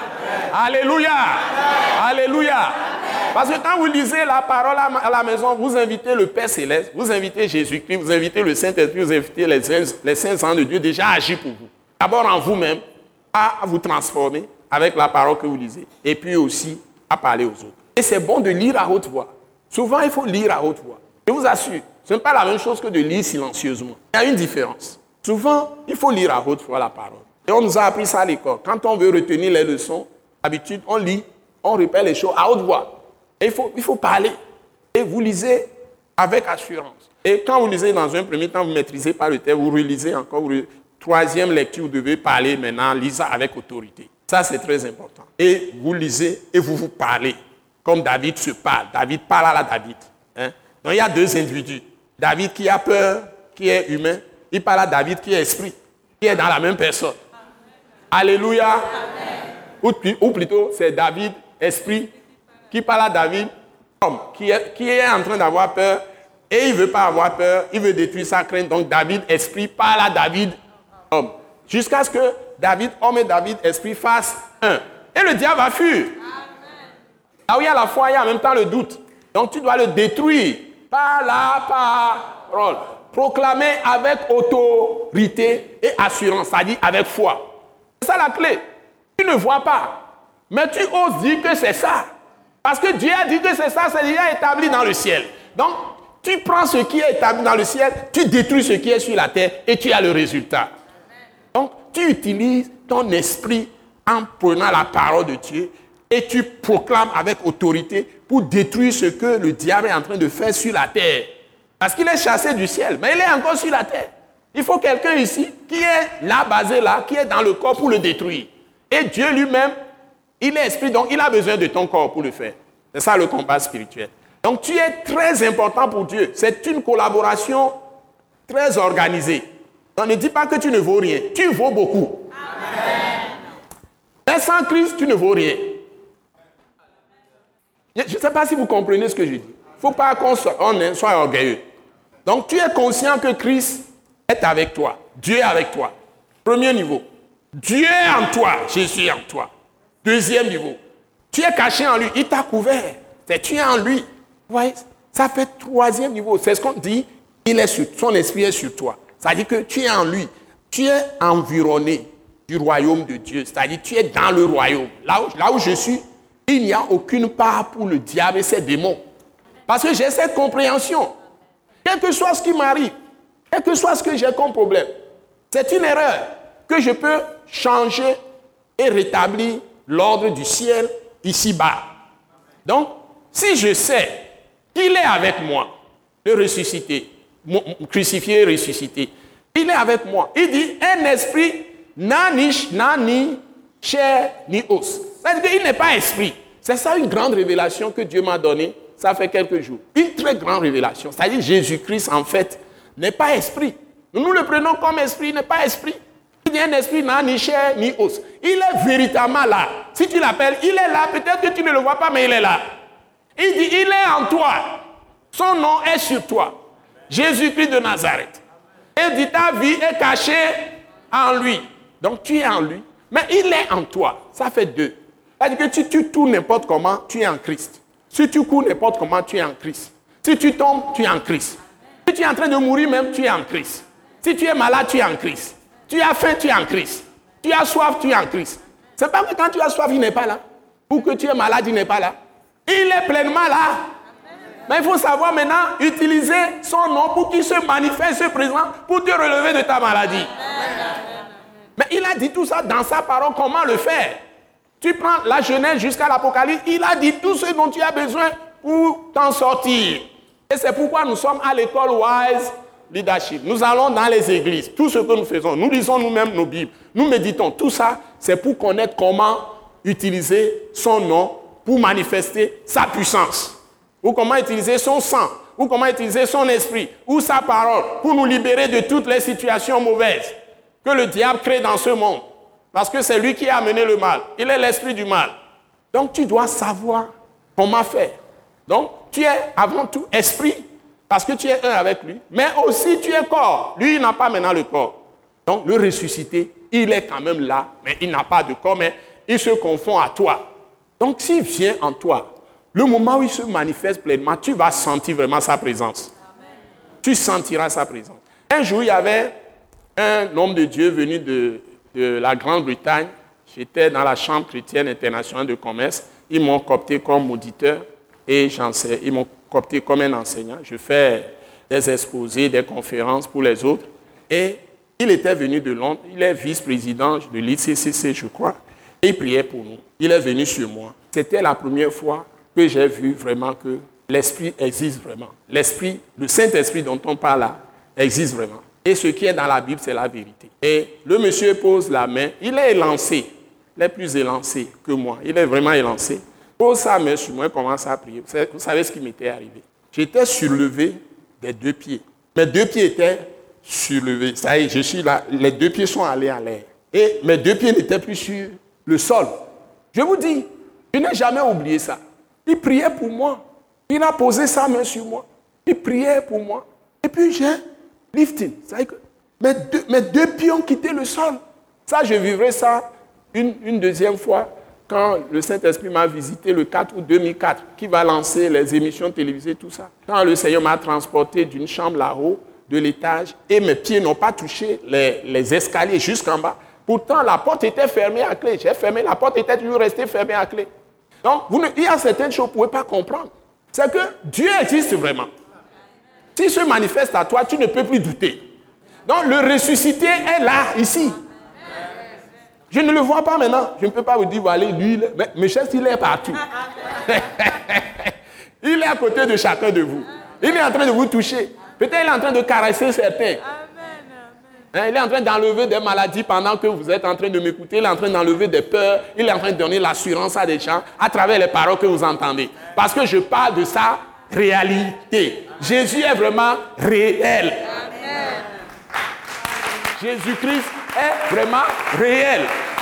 Amen. Alléluia. Amen. Alléluia. Amen. Parce que quand vous lisez la parole à la maison, vous invitez le Père Céleste, vous invitez Jésus-Christ, vous invitez le Saint-Esprit, vous invitez les, les saints ans de Dieu déjà à agir pour vous. D'abord en vous-même, à vous transformer avec la parole que vous lisez, et puis aussi à parler aux autres. Et c'est bon de lire à haute voix. Souvent, il faut lire à haute voix. Je vous assure, ce n'est pas la même chose que de lire silencieusement. Il y a une différence. Souvent, il faut lire à haute voix la parole. Et on nous a appris ça à l'école. Quand on veut retenir les leçons, d'habitude, on lit, on répète les choses à haute voix. Et il faut, il faut parler. Et vous lisez avec assurance. Et quand vous lisez dans un premier temps, vous maîtrisez pas le texte, vous relisez encore. Vous... Troisième lecture, vous devez parler maintenant, lisez avec autorité. Ça, c'est très important. Et vous lisez et vous vous parlez. Comme David se parle. David parle à la David. Hein? Donc, il y a deux individus. David qui a peur, qui est humain. Il parle à David qui est esprit, qui est dans la même personne. Alléluia. Amen. Ou, ou plutôt, c'est David, esprit, qui parle à David, homme, qui est, qui est en train d'avoir peur, et il ne veut pas avoir peur, il veut détruire sa crainte. Donc David, esprit, parle à David, homme. Jusqu'à ce que David, homme et David, esprit, fassent un. Et le diable va fuir. Là où il y a la foi, il y a en même temps le doute. Donc tu dois le détruire par la parole. Proclamer avec autorité et assurance, c'est-à-dire avec foi. C'est ça la clé. Tu ne vois pas, mais tu oses dire que c'est ça. Parce que Dieu a dit que c'est ça, c'est déjà établi dans le ciel. Donc, tu prends ce qui est établi dans le ciel, tu détruis ce qui est sur la terre et tu as le résultat. Donc, tu utilises ton esprit en prenant la parole de Dieu et tu proclames avec autorité pour détruire ce que le diable est en train de faire sur la terre. Parce qu'il est chassé du ciel, mais il est encore sur la terre. Il faut quelqu'un ici qui est là, basé là, qui est dans le corps pour le détruire. Et Dieu lui-même, il est esprit, donc il a besoin de ton corps pour le faire. C'est ça le combat spirituel. Donc tu es très important pour Dieu. C'est une collaboration très organisée. On ne dit pas que tu ne vaux rien. Tu vaux beaucoup. Amen. Mais sans Christ, tu ne vaux rien. Je ne sais pas si vous comprenez ce que je dis. Il ne faut pas qu'on soit, on soit orgueilleux. Donc tu es conscient que Christ est avec toi. Dieu est avec toi. Premier niveau. Dieu est en toi. Jésus est en toi. Deuxième niveau. Tu es caché en lui. Il t'a couvert. C'est tu es en lui. Vous voyez, ça fait troisième niveau. C'est ce qu'on dit. Il est sur, son esprit est sur toi. C'est-à-dire que tu es en lui. Tu es environné du royaume de Dieu. C'est-à-dire que tu es dans le royaume. Là où, là où je suis, il n'y a aucune part pour le diable et ses démons. Parce que j'ai cette compréhension. Quel que soit ce qui m'arrive, quel que soit ce que j'ai comme problème, c'est une erreur que je peux changer et rétablir l'ordre du ciel ici-bas. Donc, si je sais qu'il est avec moi, le ressuscité, crucifié et ressuscité, il est avec moi. Il dit, un esprit n'a ni, n'a ni chair ni os. C'est-à-dire qu'il n'est pas esprit. C'est ça une grande révélation que Dieu m'a donnée, ça fait quelques jours. Une très grande révélation. C'est-à-dire Jésus-Christ, en fait, n'est pas esprit. Nous, nous le prenons comme esprit, il n'est pas esprit. Il dit un esprit n'a ni chair ni os. Il est véritablement là. Si tu l'appelles, il est là. Peut-être que tu ne le vois pas, mais il est là. Il dit, il est en toi. Son nom est sur toi. Jésus-Christ de Nazareth. Et dit, ta vie est cachée en lui. Donc tu es en lui, mais il est en toi. Ça fait deux. C'est-à-dire que si tu tournes n'importe comment, tu es en Christ. Si tu cours n'importe comment, tu es en Christ. Si tu tombes, tu es en Christ. Si tu es en train de mourir même, tu es en Christ. Si tu es malade, tu es en Christ. Tu as faim, tu es en Christ. Tu as soif, tu es en Christ. C'est pas que quand tu as soif, il n'est pas là. Ou que tu es malade, il n'est pas là. Il est pleinement là. Mais il faut savoir maintenant utiliser son nom pour qu'il se manifeste, se présente, pour te relever de ta maladie. Mais il a dit tout ça dans sa parole, comment le faire. Tu prends la Genèse jusqu'à l'Apocalypse, il a dit tout ce dont tu as besoin pour t'en sortir. Et c'est pourquoi nous sommes à l'école Wise Leadership. Nous allons dans les églises, tout ce que nous faisons, nous lisons nous-mêmes nos Bibles, nous méditons. Tout ça, c'est pour connaître comment utiliser son nom pour manifester sa puissance. Ou comment utiliser son sang, ou comment utiliser son esprit, ou sa parole, pour nous libérer de toutes les situations mauvaises que le diable crée dans ce monde. Parce que c'est lui qui a amené le mal. Il est l'esprit du mal. Donc tu dois savoir comment faire. Donc tu es avant tout esprit, parce que tu es un avec lui, mais aussi tu es corps. Lui, il n'a pas maintenant le corps. Donc le ressuscité, il est quand même là, mais il n'a pas de corps, mais il se confond à toi. Donc s'il vient en toi, le moment où il se manifeste pleinement, tu vas sentir vraiment sa présence. Amen. Tu sentiras sa présence. Un jour, il y avait un homme de Dieu venu de, de la Grande-Bretagne. J'étais dans la Chambre chrétienne internationale de commerce. Ils m'ont coopté comme auditeur et j'enseigne. Ils m'ont coopté comme un enseignant. Je fais des exposés, des conférences pour les autres. Et il était venu de Londres. Il est vice-président de l'I C C C, je crois. Et il priait pour nous. Il est venu sur moi. C'était la première fois que j'ai vu vraiment que l'Esprit existe vraiment. L'Esprit, le Saint-Esprit dont on parle là, existe vraiment. Et ce qui est dans la Bible, c'est la vérité. Et le monsieur pose la main, il est élancé, il est plus élancé que moi, il est vraiment élancé. Pose sa main sur moi et commence à prier. Vous savez ce qui m'était arrivé? J'étais surlevé des deux pieds. Mes deux pieds étaient surlevés. Ça y est, je suis là, les deux pieds sont allés à l'air. Et mes deux pieds n'étaient plus sur le sol. Je vous dis, je n'ai jamais oublié ça. Il priait pour moi. Il a posé sa main sur moi. Il priait pour moi. Et puis j'ai lifting. C'est-à-dire que mes deux, mes deux pieds ont quitté le sol. Ça, je vivrai ça une, une deuxième fois quand le Saint-Esprit m'a visité le quatre août deux mille quatre, qui va lancer les émissions télévisées, tout ça. Quand le Seigneur m'a transporté d'une chambre là-haut, de l'étage, et mes pieds n'ont pas touché les, les escaliers jusqu'en bas. Pourtant, la porte était fermée à clé. J'ai fermé, la porte était toujours restée fermée à clé. Donc, vous ne, il y a certaines choses que vous ne pouvez pas comprendre. C'est que Dieu existe vraiment. S'il se manifeste à toi, tu ne peux plus douter. Donc, le ressuscité est là, ici. Je ne le vois pas maintenant. Je ne peux pas vous dire, voilà, lui, mais mes chers, il est partout. Il est à côté de chacun de vous. Il est en train de vous toucher. Peut-être il est en train de caresser certains. Hein, il est en train d'enlever des maladies pendant que vous êtes en train de m'écouter. Il est en train d'enlever des peurs. Il est en train de donner l'assurance à des gens à travers les paroles que vous entendez. Parce que je parle de sa réalité. Jésus est vraiment réel. Amen. Jésus-Christ est vraiment réel.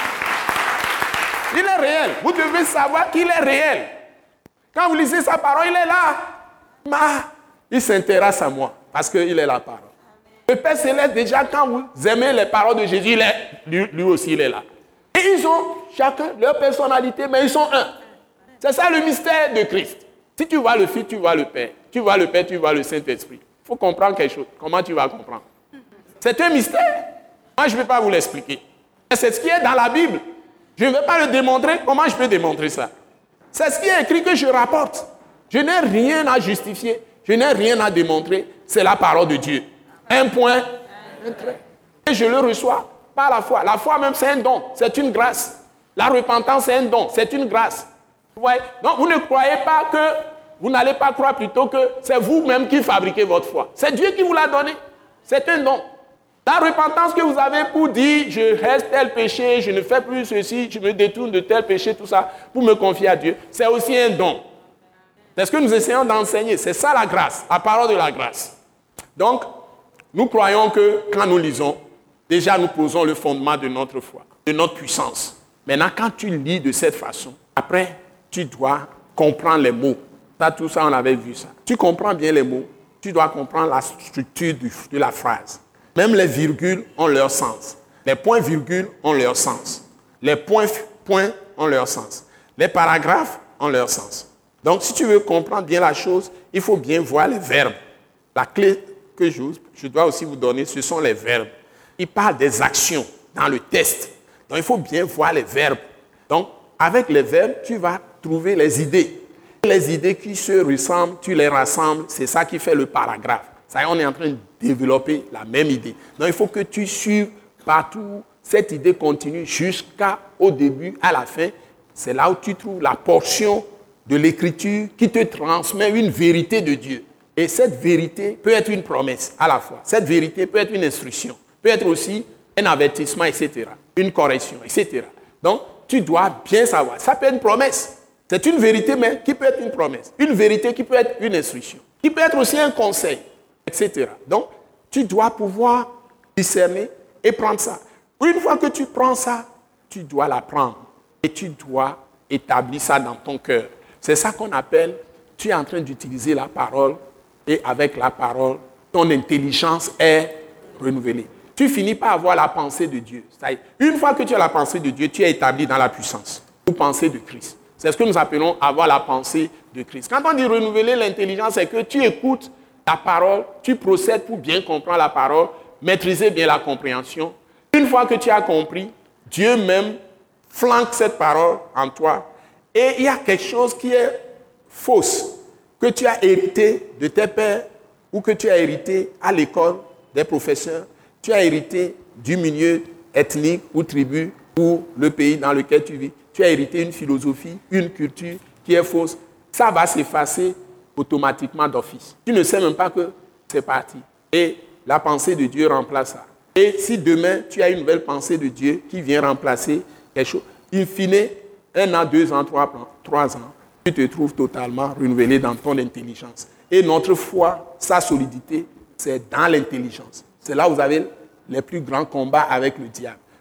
Il est réel. Vous devez savoir qu'il est réel. Quand vous lisez sa parole, il est là. Mais il s'intéresse à moi parce qu'il est la parole. Le Père Céleste, déjà, quand vous aimez les paroles de Jésus, il est, lui, lui aussi, il est là. Et ils ont chacun leur personnalité, mais ils sont un. C'est ça le mystère de Christ. Si tu vois le Fils, tu vois le Père. Tu vois le Père, tu vois le Saint-Esprit. Il faut comprendre quelque chose. Comment tu vas comprendre? C'est un mystère. Moi, je ne vais pas vous l'expliquer. C'est ce qui est dans la Bible. Je ne vais pas le démontrer. Comment je peux démontrer ça? C'est ce qui est écrit que je rapporte. Je n'ai rien à justifier. Je n'ai rien à démontrer. C'est la parole de Dieu. Un point, un trait. Et je le reçois par la foi. La foi même, c'est un don. C'est une grâce. La repentance, c'est un don. C'est une grâce. Vous voyez? Donc, vous ne croyez pas que... Vous n'allez pas croire plutôt que c'est vous-même qui fabriquez votre foi. C'est Dieu qui vous l'a donné. C'est un don. La repentance que vous avez pour dire, je reste tel péché, je ne fais plus ceci, je me détourne de tel péché, tout ça, pour me confier à Dieu, c'est aussi un don. C'est ce que nous essayons d'enseigner. C'est ça la grâce, la parole de la grâce. Donc, nous croyons que quand nous lisons, déjà nous posons le fondement de notre foi, de notre puissance. Maintenant, quand tu lis de cette façon, après, tu dois comprendre les mots. Ça, tout ça, on avait vu ça. Tu comprends bien les mots, tu dois comprendre la structure du, de la phrase. Même les virgules ont leur sens. Les points-virgules ont leur sens. Les points-points ont leur sens. Les paragraphes ont leur sens. Donc, si tu veux comprendre bien la chose, il faut bien voir les verbes. La clé que je, je dois aussi vous donner, ce sont les verbes. Il parle des actions dans le texte. Donc, il faut bien voir les verbes. Donc, avec les verbes, tu vas trouver les idées. Les idées qui se ressemblent, tu les rassembles. C'est ça qui fait le paragraphe. Ça y est, on est en train de développer la même idée. Donc, il faut que tu suives partout cette idée continue jusqu'au début, à la fin. C'est là où tu trouves la portion de l'écriture qui te transmet une vérité de Dieu. Et cette vérité peut être une promesse à la fois. Cette vérité peut être une instruction, peut être aussi un avertissement, et cetera. Une correction, et cetera. Donc, tu dois bien savoir. Ça peut être une promesse. C'est une vérité, mais qui peut être une promesse. Une vérité qui peut être une instruction. Qui peut être aussi un conseil, et cetera. Donc, tu dois pouvoir discerner et prendre ça. Une fois que tu prends ça, tu dois l'apprendre. Et tu dois établir ça dans ton cœur. C'est ça qu'on appelle, tu es en train d'utiliser la parole et avec la parole, ton intelligence est renouvelée. Tu finis par avoir la pensée de Dieu. C'est-à-dire, une fois que tu as la pensée de Dieu, tu es établi dans la puissance. Ou pensée de Christ. C'est ce que nous appelons avoir la pensée de Christ. Quand on dit renouveler l'intelligence, c'est que tu écoutes la parole, tu procèdes pour bien comprendre la parole, maîtriser bien la compréhension. Une fois que tu as compris, Dieu même flanque cette parole en toi. Et il y a quelque chose qui est fausse, que tu as hérité de tes pères ou que tu as hérité à l'école des professeurs, tu as hérité du milieu ethnique ou tribu ou le pays dans lequel tu vis. Tu as hérité une philosophie, une culture qui est fausse. Ça va s'effacer automatiquement d'office. Tu ne sais même pas que c'est parti. Et la pensée de Dieu remplace ça. Et si demain, tu as une nouvelle pensée de Dieu qui vient remplacer quelque chose, in fine, un an, deux ans, trois, trois ans, tu te trouves totalement renouvelé dans ton intelligence. Et notre foi, sa solidité, c'est dans l'intelligence. C'est là où vous avez les plus grands combats avec le diable.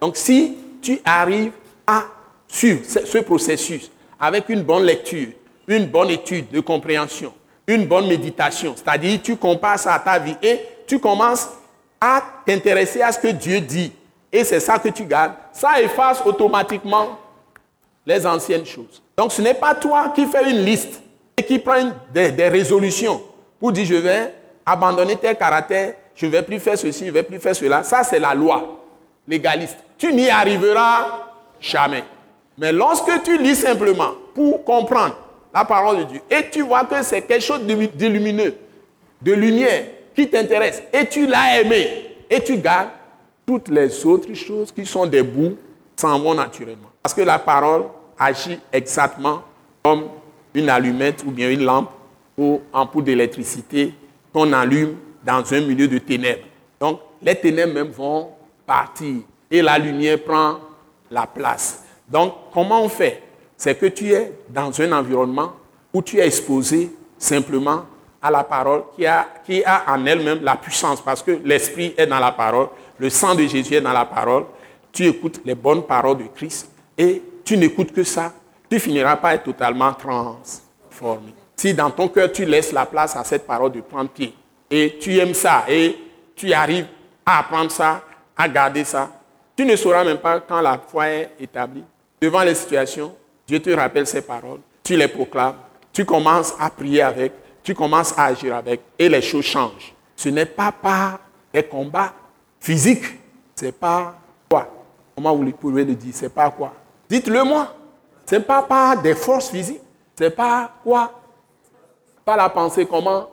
Donc, si tu arrives à suivre ce, ce processus avec une bonne lecture, une bonne étude de compréhension, une bonne méditation, c'est-à-dire tu compares ça à ta vie et tu commences à t'intéresser à ce que Dieu dit, et c'est ça que tu gardes, ça efface automatiquement les anciennes choses. Donc, ce n'est pas toi qui fais une liste et qui prends des, des résolutions pour dire je vais abandonner tel caractère, je ne vais plus faire ceci, je ne vais plus faire cela. Ça, c'est la loi légaliste. Tu n'y arriveras jamais. Mais lorsque tu lis simplement pour comprendre la parole de Dieu et tu vois que c'est quelque chose de lumineux, de lumière qui t'intéresse et tu l'as aimé et tu gardes, toutes les autres choses qui sont des bouts s'en vont naturellement. Parce que la parole agit exactement comme une allumette ou bien une lampe ou ampoule d'électricité qu'on allume dans un milieu de ténèbres. Donc, les ténèbres même vont partir et la lumière prend la place. Donc, comment on fait? C'est que tu es dans un environnement où tu es exposé simplement à la parole qui a, qui a en elle-même la puissance parce que l'esprit est dans la parole, le sang de Jésus est dans la parole. Tu écoutes les bonnes paroles de Christ et tu n'écoutes que ça, tu finiras par être totalement transformé. Si dans ton cœur, tu laisses la place à cette parole de prendre pied et tu aimes ça et tu arrives à apprendre ça, à garder ça, tu ne sauras même pas quand la foi est établie. Devant les situations, Dieu te rappelle ces paroles, tu les proclames, tu commences à prier avec, tu commences à agir avec et les choses changent. Ce n'est pas par des combats physiques, c'est pas quoi? Comment vous pouvez le dire? C'est pas quoi? Dites-le moi. C'est pas par des forces physiques, c'est pas quoi? Pas la pensée, comment?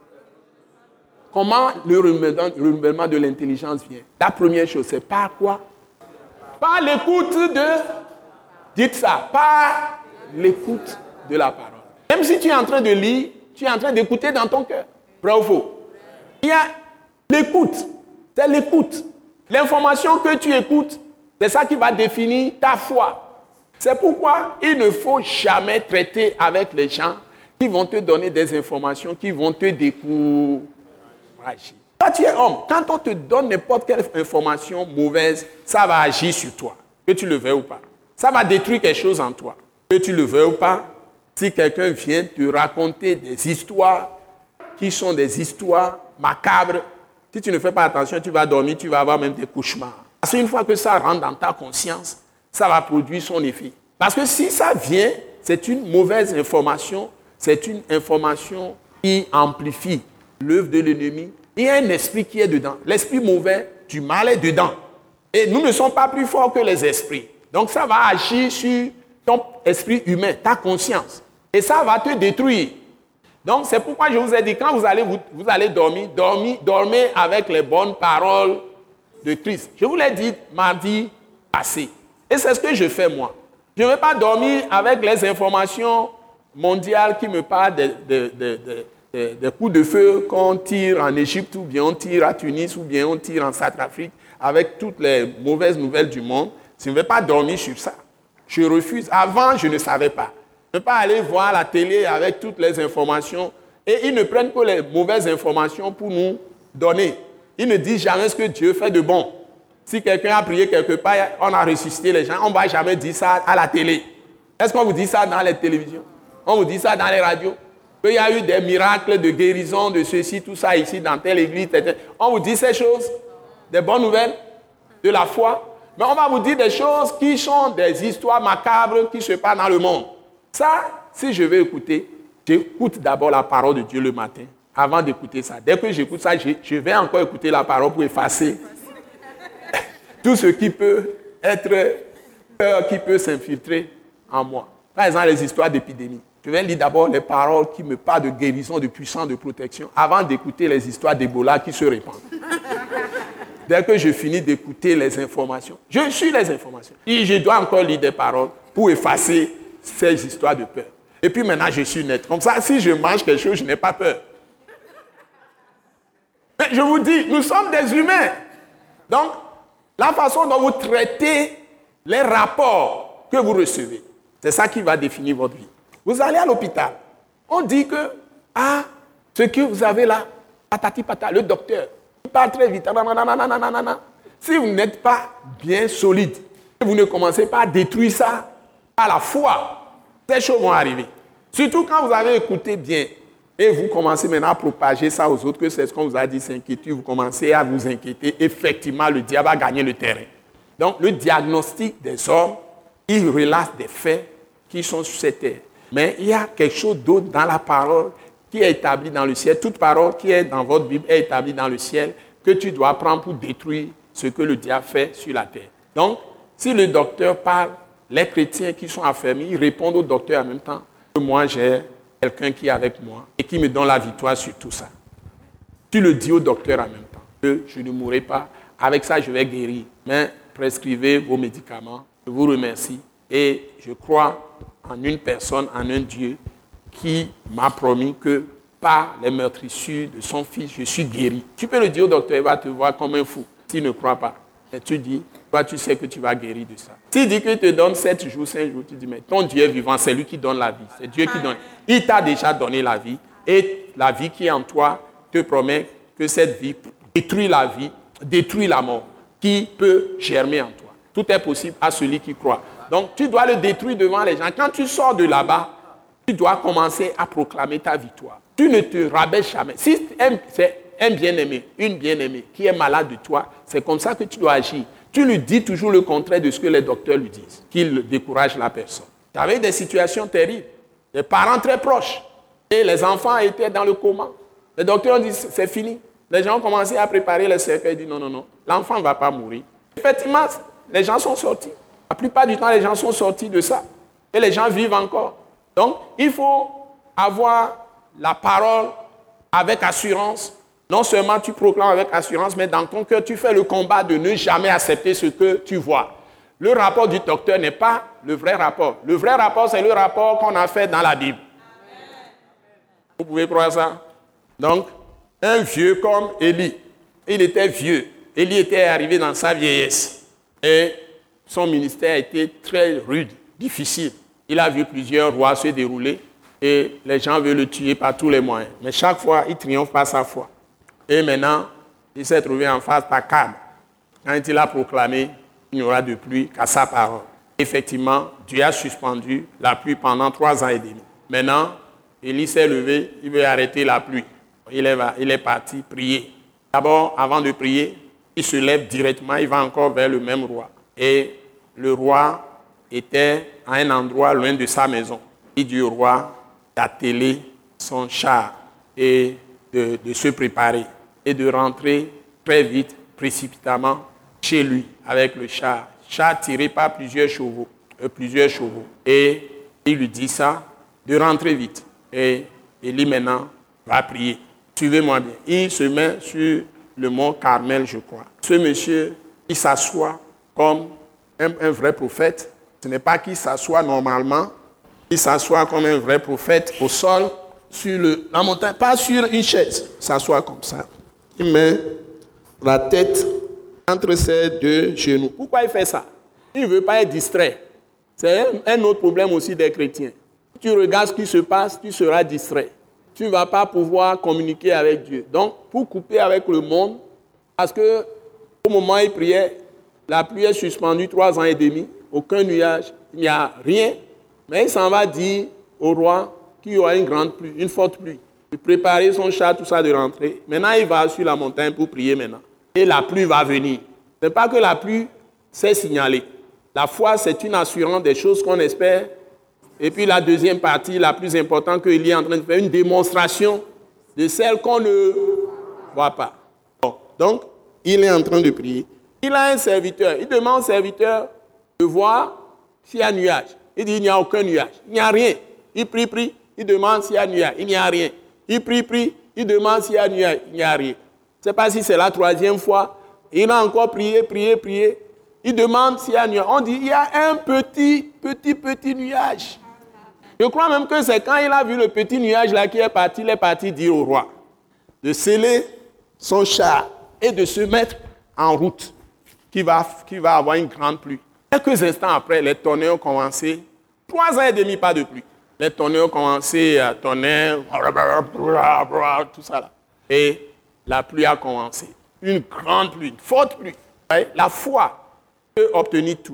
Comment le renouvellement de l'intelligence vient? La première chose, c'est par quoi? Par l'écoute de... Dites ça, par l'écoute de la parole. Même si tu es en train de lire, tu es en train d'écouter dans ton cœur. Vrai ou faux? Il y a l'écoute. C'est l'écoute. L'information que tu écoutes, c'est ça qui va définir ta foi. C'est pourquoi il ne faut jamais traiter avec les gens qui vont te donner des informations, qui vont te décourager. Quand tu es homme, quand on te donne n'importe quelle information mauvaise, ça va agir sur toi, que tu le veuilles ou pas. Ça va détruire quelque chose en toi, que tu le veuilles ou pas. Si quelqu'un vient te raconter des histoires qui sont des histoires macabres, si tu ne fais pas attention, tu vas dormir, tu vas avoir même des cauchemars. Parce qu'une fois que ça rentre dans ta conscience, ça va produire son effet. Parce que si ça vient, c'est une mauvaise information, c'est une information qui amplifie l'œuvre de l'ennemi. Il y a un esprit qui est dedans. L'esprit mauvais, du mal est dedans. Et nous ne sommes pas plus forts que les esprits. Donc ça va agir sur ton esprit humain, ta conscience. Et ça va te détruire. Donc c'est pourquoi je vous ai dit, quand vous allez, vous, vous allez dormir, dormir, dormez avec les bonnes paroles de Christ. Je vous l'ai dit mardi passé. Et c'est ce que je fais moi. Je ne vais pas dormir avec les informations mondiales qui me parlent des de, de, de, de, de coups de feu qu'on tire en Égypte, ou bien on tire à Tunis, ou bien on tire en Centrafrique, avec toutes les mauvaises nouvelles du monde. Je ne vais pas dormir sur ça. Je refuse. Avant, je ne savais pas. Je ne vais pas aller voir la télé avec toutes les informations. Et ils ne prennent que les mauvaises informations pour nous donner. Ils ne disent jamais ce que Dieu fait de bon. Si quelqu'un a prié quelque part, on a ressuscité les gens, on ne va jamais dire ça à la télé. Est-ce qu'on vous dit ça dans les télévisions? On vous dit ça dans les radios? Qu'il y a eu des miracles de guérison, de ceci, tout ça ici, dans telle église, telle. On vous dit ces choses, des bonnes nouvelles, de la foi. Mais on va vous dire des choses qui sont des histoires macabres qui se passent dans le monde. Ça, si je vais écouter, j'écoute d'abord la parole de Dieu le matin, avant d'écouter ça. Dès que j'écoute ça, je vais encore écouter la parole pour effacer tout ce qui peut être, euh, qui peut s'infiltrer en moi. Par exemple, les histoires d'épidémie. Je vais lire d'abord les paroles qui me parlent de guérison, de puissance, de protection, avant d'écouter les histoires d'Ebola qui se répandent. Dès que je finis d'écouter les informations, je suis les informations. Et je dois encore lire des paroles pour effacer ces histoires de peur. Et puis maintenant, je suis net. Comme ça, si je mange quelque chose, je n'ai pas peur. Mais je vous dis, nous sommes des humains. Donc, la façon dont vous traitez les rapports que vous recevez, c'est ça qui va définir votre vie. Vous allez à l'hôpital. On dit que, ah, ce que vous avez là, patati patata, le docteur, il parle très vite. Si vous n'êtes pas bien solide, vous ne commencez pas à détruire ça à la fois, ces choses vont arriver. Surtout quand vous avez écouté bien et vous commencez maintenant à propager ça aux autres, que c'est ce qu'on vous a dit, c'est inquiétude, vous commencez à vous inquiéter, effectivement, le diable a gagné le terrain. Donc, le diagnostic des hommes, il relate des faits qui sont sur cette terre. Mais il y a quelque chose d'autre dans la parole qui est établie dans le ciel. Toute parole qui est dans votre Bible est établie dans le ciel que tu dois prendre pour détruire ce que le diable fait sur la terre. Donc, si le docteur parle, les chrétiens qui sont affermis, ils répondent au docteur en même temps. Moi, j'ai quelqu'un qui est avec moi et qui me donne la victoire sur tout ça. Tu le dis au docteur en même temps, que je ne mourrai pas. Avec ça, je vais guérir. Mais prescrivez vos médicaments. Je vous remercie. Et je crois en une personne, en un Dieu qui m'a promis que par les meurtrissures de son fils, je suis guéri. Tu peux le dire au docteur, il va te voir comme un fou s'il ne croit pas. Et tu dis, toi tu sais que tu vas guérir de ça. S'il dit qu'il te donne sept jours, cinq jours, tu dis, mais ton Dieu est vivant, c'est lui qui donne la vie. C'est Dieu qui donne. Il t'a déjà donné la vie. Et la vie qui est en toi te promet que cette vie détruit la vie, détruit la mort, qui peut germer en toi. Tout est possible à celui qui croit. Donc tu dois le détruire devant les gens. Quand tu sors de là-bas, tu dois commencer à proclamer ta victoire. Tu ne te rabaisse jamais. Si c'est un bien-aimé, une bien-aimée qui est malade de toi, c'est comme ça que tu dois agir. Tu lui dis toujours le contraire de ce que les docteurs lui disent, qu'il décourage la personne. Tu avais des situations terribles, des parents très proches, et les enfants étaient dans le coma. Les docteurs ont dit c'est fini. Les gens ont commencé à préparer les cercueils, ils disent non, non, non, l'enfant ne va pas mourir. Effectivement, les gens sont sortis. La plupart du temps, les gens sont sortis de ça. Et les gens vivent encore. Donc, il faut avoir la parole avec assurance. Non seulement tu proclames avec assurance, mais dans ton cœur, tu fais le combat de ne jamais accepter ce que tu vois. Le rapport du docteur n'est pas le vrai rapport. Le vrai rapport, c'est le rapport qu'on a fait dans la Bible. Vous pouvez croire ça? Donc, un vieux comme Élie, il était vieux. Élie était arrivé dans sa vieillesse. Et son ministère a été très rude, difficile. Il a vu plusieurs rois se dérouler et les gens veulent le tuer par tous les moyens. Mais chaque fois, il triomphe par sa foi. Et maintenant, il s'est trouvé en face d'Akab. Quand il a proclamé qu'il n'y aura de pluie qu'à sa parole. Effectivement, Dieu a suspendu la pluie pendant trois ans et demi. Maintenant, Élie s'est levé, il veut arrêter la pluie. Il est, il est parti prier. D'abord, avant de prier, il se lève directement, il va encore vers le même roi. Et le roi était à un endroit loin de sa maison. Il dit au roi d'atteler son char et de, de se préparer et de rentrer très vite, précipitamment, chez lui avec le char. Char tiré par plusieurs chevaux, euh, plusieurs chevaux. Et il lui dit ça, de rentrer vite. Et Élie maintenant va prier. Suivez-moi bien. Il se met sur le mont Carmel, je crois. Ce monsieur, il s'assoit comme un, un vrai prophète. Ce n'est pas qu'il s'assoit normalement. Il s'assoit comme un vrai prophète au sol, sur le, la montagne, pas sur une chaise. Il s'assoit comme ça. Il met la tête entre ses deux genoux. Pourquoi il fait ça? Il ne veut pas être distrait. C'est un, un autre problème aussi des chrétiens. Si tu regardes ce qui se passe, tu seras distrait. Tu ne vas pas pouvoir communiquer avec Dieu. Donc, pour couper avec le monde, parce que au moment où il priait, la pluie est suspendue trois ans et demi, aucun nuage, il n'y a rien. Mais il s'en va dire au roi qu'il y aura une grande pluie, une forte pluie. Il préparer son char, tout ça de rentrer. Maintenant, il va sur la montagne pour prier maintenant. Et la pluie va venir. Ce n'est pas que la pluie s'est signalée. La foi, c'est une assurance des choses qu'on espère. Et puis la deuxième partie, la plus importante, qu'il est en train de faire, une démonstration de celle qu'on ne voit pas. Bon, donc, il est en train de prier. Il a un serviteur. Il demande au serviteur de voir s'il y a nuage. Il dit, il n'y a aucun nuage. Il n'y a rien. Il prie, prie. Il demande s'il y a nuage. Il n'y a rien. Il prie, prie. Il demande s'il y a nuage. Il n'y a rien. Je ne sais pas si c'est la troisième fois. Il a encore prié, prié, prié. Il demande s'il y a nuage. On dit, il y a un petit, petit, petit nuage. Je crois même que c'est quand il a vu le petit nuage là qui est parti, il est parti dire au roi de sceller son char et de se mettre en route, qui va, qui va avoir une grande pluie. Quelques instants après, les tonnerres ont commencé. Trois ans et demi, pas de pluie. Les tonnerres ont commencé à tonnerre, tout ça là. Et la pluie a commencé. Une grande pluie, une forte pluie. La foi peut obtenir tout.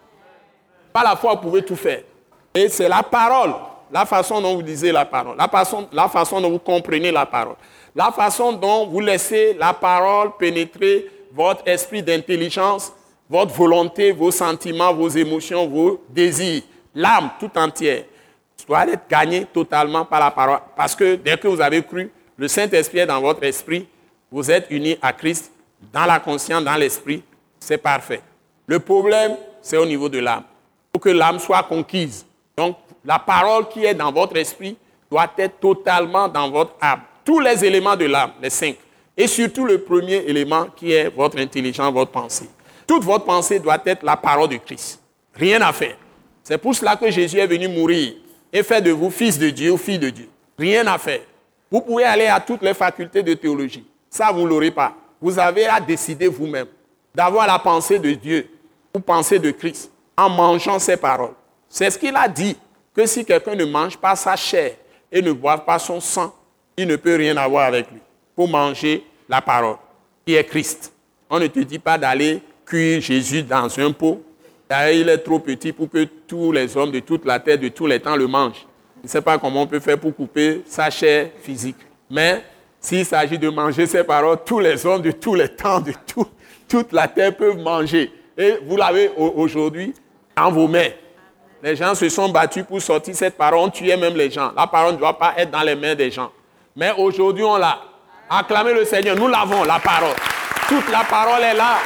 Par la foi, vous pouvez tout faire. Et c'est la parole, la façon dont vous lisez la parole, la façon, la façon dont vous comprenez la parole, la façon dont vous laissez la parole pénétrer votre esprit d'intelligence, votre volonté, vos sentiments, vos émotions, vos désirs, l'âme tout entière doit être gagnée totalement par la parole. Parce que dès que vous avez cru, le Saint-Esprit est dans votre esprit, vous êtes unis à Christ, dans la conscience, dans l'esprit, c'est parfait. Le problème, c'est au niveau de l'âme. Il faut que l'âme soit conquise. Donc, la parole qui est dans votre esprit doit être totalement dans votre âme. Tous les éléments de l'âme, les cinq. Et surtout le premier élément qui est votre intelligence, votre pensée. Toute votre pensée doit être la parole de Christ. Rien à faire. C'est pour cela que Jésus est venu mourir et faire de vous fils de Dieu ou fille de Dieu. Rien à faire. Vous pouvez aller à toutes les facultés de théologie. Ça, vous ne l'aurez pas. Vous avez à décider vous-même d'avoir la pensée de Dieu ou pensée de Christ en mangeant ses paroles. C'est ce qu'il a dit, que si quelqu'un ne mange pas sa chair et ne boit pas son sang, il ne peut rien avoir avec lui. Pour manger la parole, qui est Christ. On ne te dit pas d'aller cuire Jésus dans un pot. D'ailleurs, il est trop petit pour que tous les hommes de toute la terre, de tous les temps, le mangent. Je ne sais pas comment on peut faire pour couper sa chair physique. Mais s'il s'agit de manger ses paroles, tous les hommes de tous les temps, de tout, toute la terre peuvent manger. Et vous l'avez aujourd'hui dans vos mains. Les gens se sont battus pour sortir cette parole. On tuait même les gens. La parole ne doit pas être dans les mains des gens. Mais aujourd'hui, on l'a. Acclamez le Seigneur. Nous l'avons, la parole. Toute la parole est là.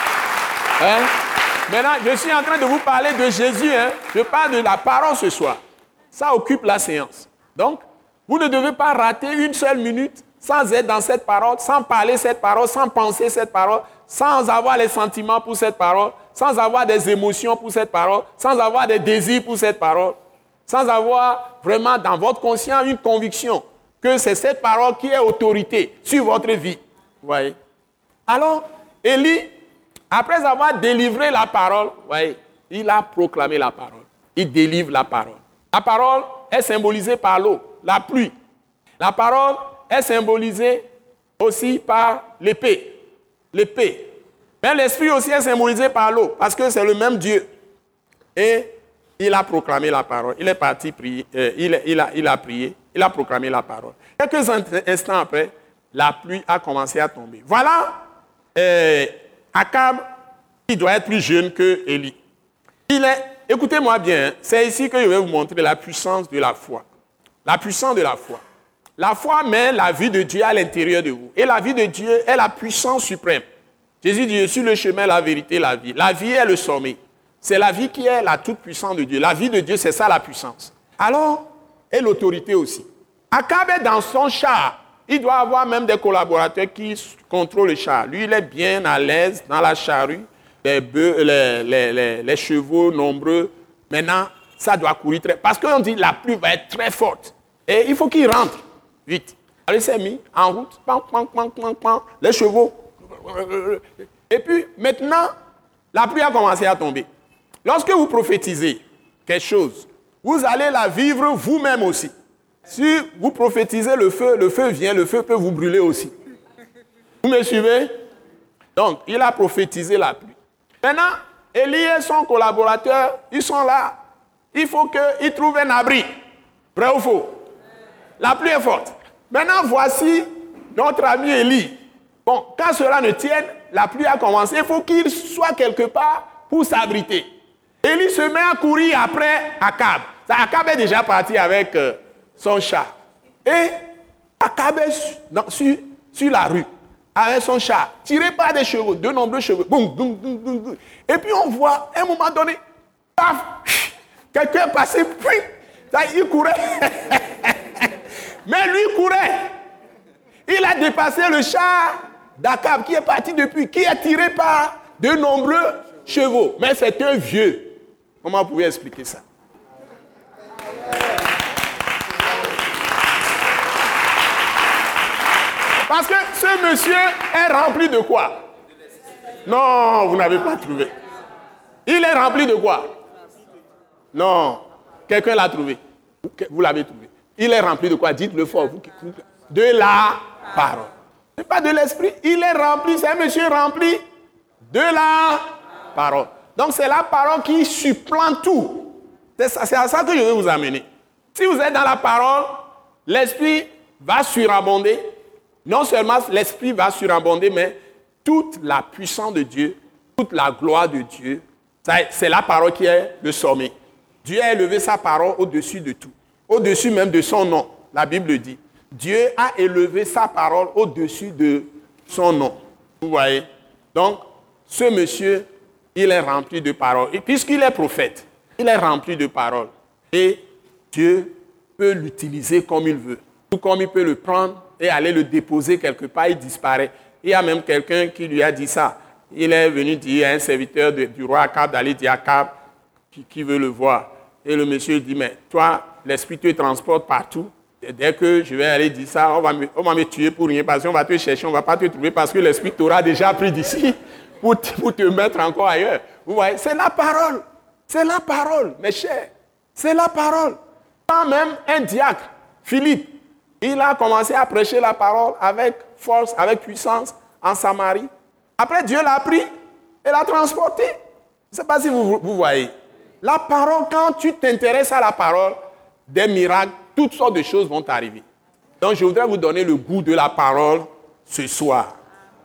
Hein? Maintenant, je suis en train de vous parler de Jésus. Hein? Je parle de la parole ce soir. Ça occupe la séance. Donc, vous ne devez pas rater une seule minute sans être dans cette parole, sans parler cette parole, sans penser cette parole, sans avoir les sentiments pour cette parole, sans avoir des émotions pour cette parole, sans avoir des désirs pour cette parole, sans avoir vraiment dans votre conscience une conviction que c'est cette parole qui est autorité sur votre vie. Vous voyez? Alors, Élie, après avoir délivré la parole, vous voyez, il a proclamé la parole. Il délivre la parole. La parole est symbolisée par l'eau, la pluie. La parole est symbolisée aussi par l'épée. L'épée. Mais l'esprit aussi est symbolisé par l'eau, parce que c'est le même Dieu. Et il a proclamé la parole. Il est parti prier. Euh, il, il, a, il a prié. Il a proclamé la parole. Quelques instants après, la pluie a commencé à tomber. Voilà euh, Akab, qui doit être plus jeune que Élie. Il est, écoutez-moi bien, c'est ici que je vais vous montrer la puissance de la foi. La puissance de la foi. La foi met la vie de Dieu à l'intérieur de vous. Et la vie de Dieu est la puissance suprême. Jésus dit, je suis le chemin, la vérité, la vie. La vie est le sommet. C'est la vie qui est la toute puissance de Dieu. La vie de Dieu, c'est ça la puissance. Alors, et l'autorité aussi. Akab est dans son char. Il doit avoir même des collaborateurs qui contrôlent le char. Lui, il est bien à l'aise dans la charrue. Les, bœufs, les, les, les, les chevaux nombreux. Maintenant, ça doit courir très... Parce qu'on dit la pluie va être très forte. Et il faut qu'il rentre vite. Alors, il s'est mis en route. Pam, pam, pam, pam, pam, les chevaux. Et puis, maintenant, la pluie a commencé à tomber. Lorsque vous prophétisez quelque chose, vous allez la vivre vous-même aussi. Si vous prophétisez le feu, le feu vient, le feu peut vous brûler aussi. Vous me suivez? Donc, il a prophétisé la pluie. Maintenant, Élie et son collaborateur, ils sont là. Il faut qu'ils trouvent un abri. Vrai ou faux? La pluie est forte. Maintenant, voici notre ami Élie. Bon, quand cela ne tienne, la pluie a commencé. Il faut qu'il soit quelque part pour s'abriter. Élie se met à courir après Akab. Akab est déjà parti avec euh, son char. Et Akab est dans, sur, sur la rue avec son char, tiré par des chevaux, de nombreux chevaux. Boum, boum, boum, boum, boum. Et puis on voit, à un moment donné, paf, quelqu'un est passé, puis, ça, il courait. Mais lui courait. Il a dépassé le char d'Akab qui est parti depuis, qui est tiré par de nombreux chevaux. Mais c'est un vieux. Comment vous pouvez expliquer ça? Parce que ce monsieur est rempli de quoi? Non, vous n'avez pas trouvé. Il est rempli de quoi? Non, quelqu'un l'a trouvé. Vous l'avez trouvé. Il est rempli de quoi? Dites-le fort. De la parole. Ce n'est pas de l'esprit. Il est rempli, c'est un monsieur rempli de la parole. Donc c'est la parole qui supplante tout. C'est, ça, c'est à ça que je vais vous amener. Si vous êtes dans la parole, l'esprit va surabonder. Non seulement l'esprit va surabonder, mais toute la puissance de Dieu, toute la gloire de Dieu, ça, c'est la parole qui est le sommet. Dieu a élevé sa parole au-dessus de tout. Au-dessus même de son nom. La Bible dit. Dieu a élevé sa parole au-dessus de son nom. Vous voyez? Donc, ce monsieur, il est rempli de paroles. Et puisqu'il est prophète, il est rempli de paroles. Et Dieu peut l'utiliser comme il veut. Tout comme il peut le prendre et aller le déposer quelque part, il disparaît. Il y a même quelqu'un qui lui a dit ça. Il est venu dire à un serviteur de, du roi Akab d'aller dire à Akab qui, qui veut le voir. Et le monsieur dit, mais toi, l'esprit te transporte partout. Et dès que je vais aller dire ça, on va, me, on va me tuer pour rien parce qu'on va te chercher, on ne va pas te trouver parce que l'esprit t'aura déjà pris d'ici pour te, pour te mettre encore ailleurs. Vous voyez, c'est la parole. C'est la parole, mes chers. C'est la parole. Quand même un diacre, Philippe, il a commencé à prêcher la parole avec force, avec puissance en Samarie. Après, Dieu l'a pris et l'a transporté. Je ne sais pas si vous, vous voyez. La parole, quand tu t'intéresses à la parole, des miracles, toutes sortes de choses vont t'arriver. Donc, je voudrais vous donner le goût de la parole ce soir.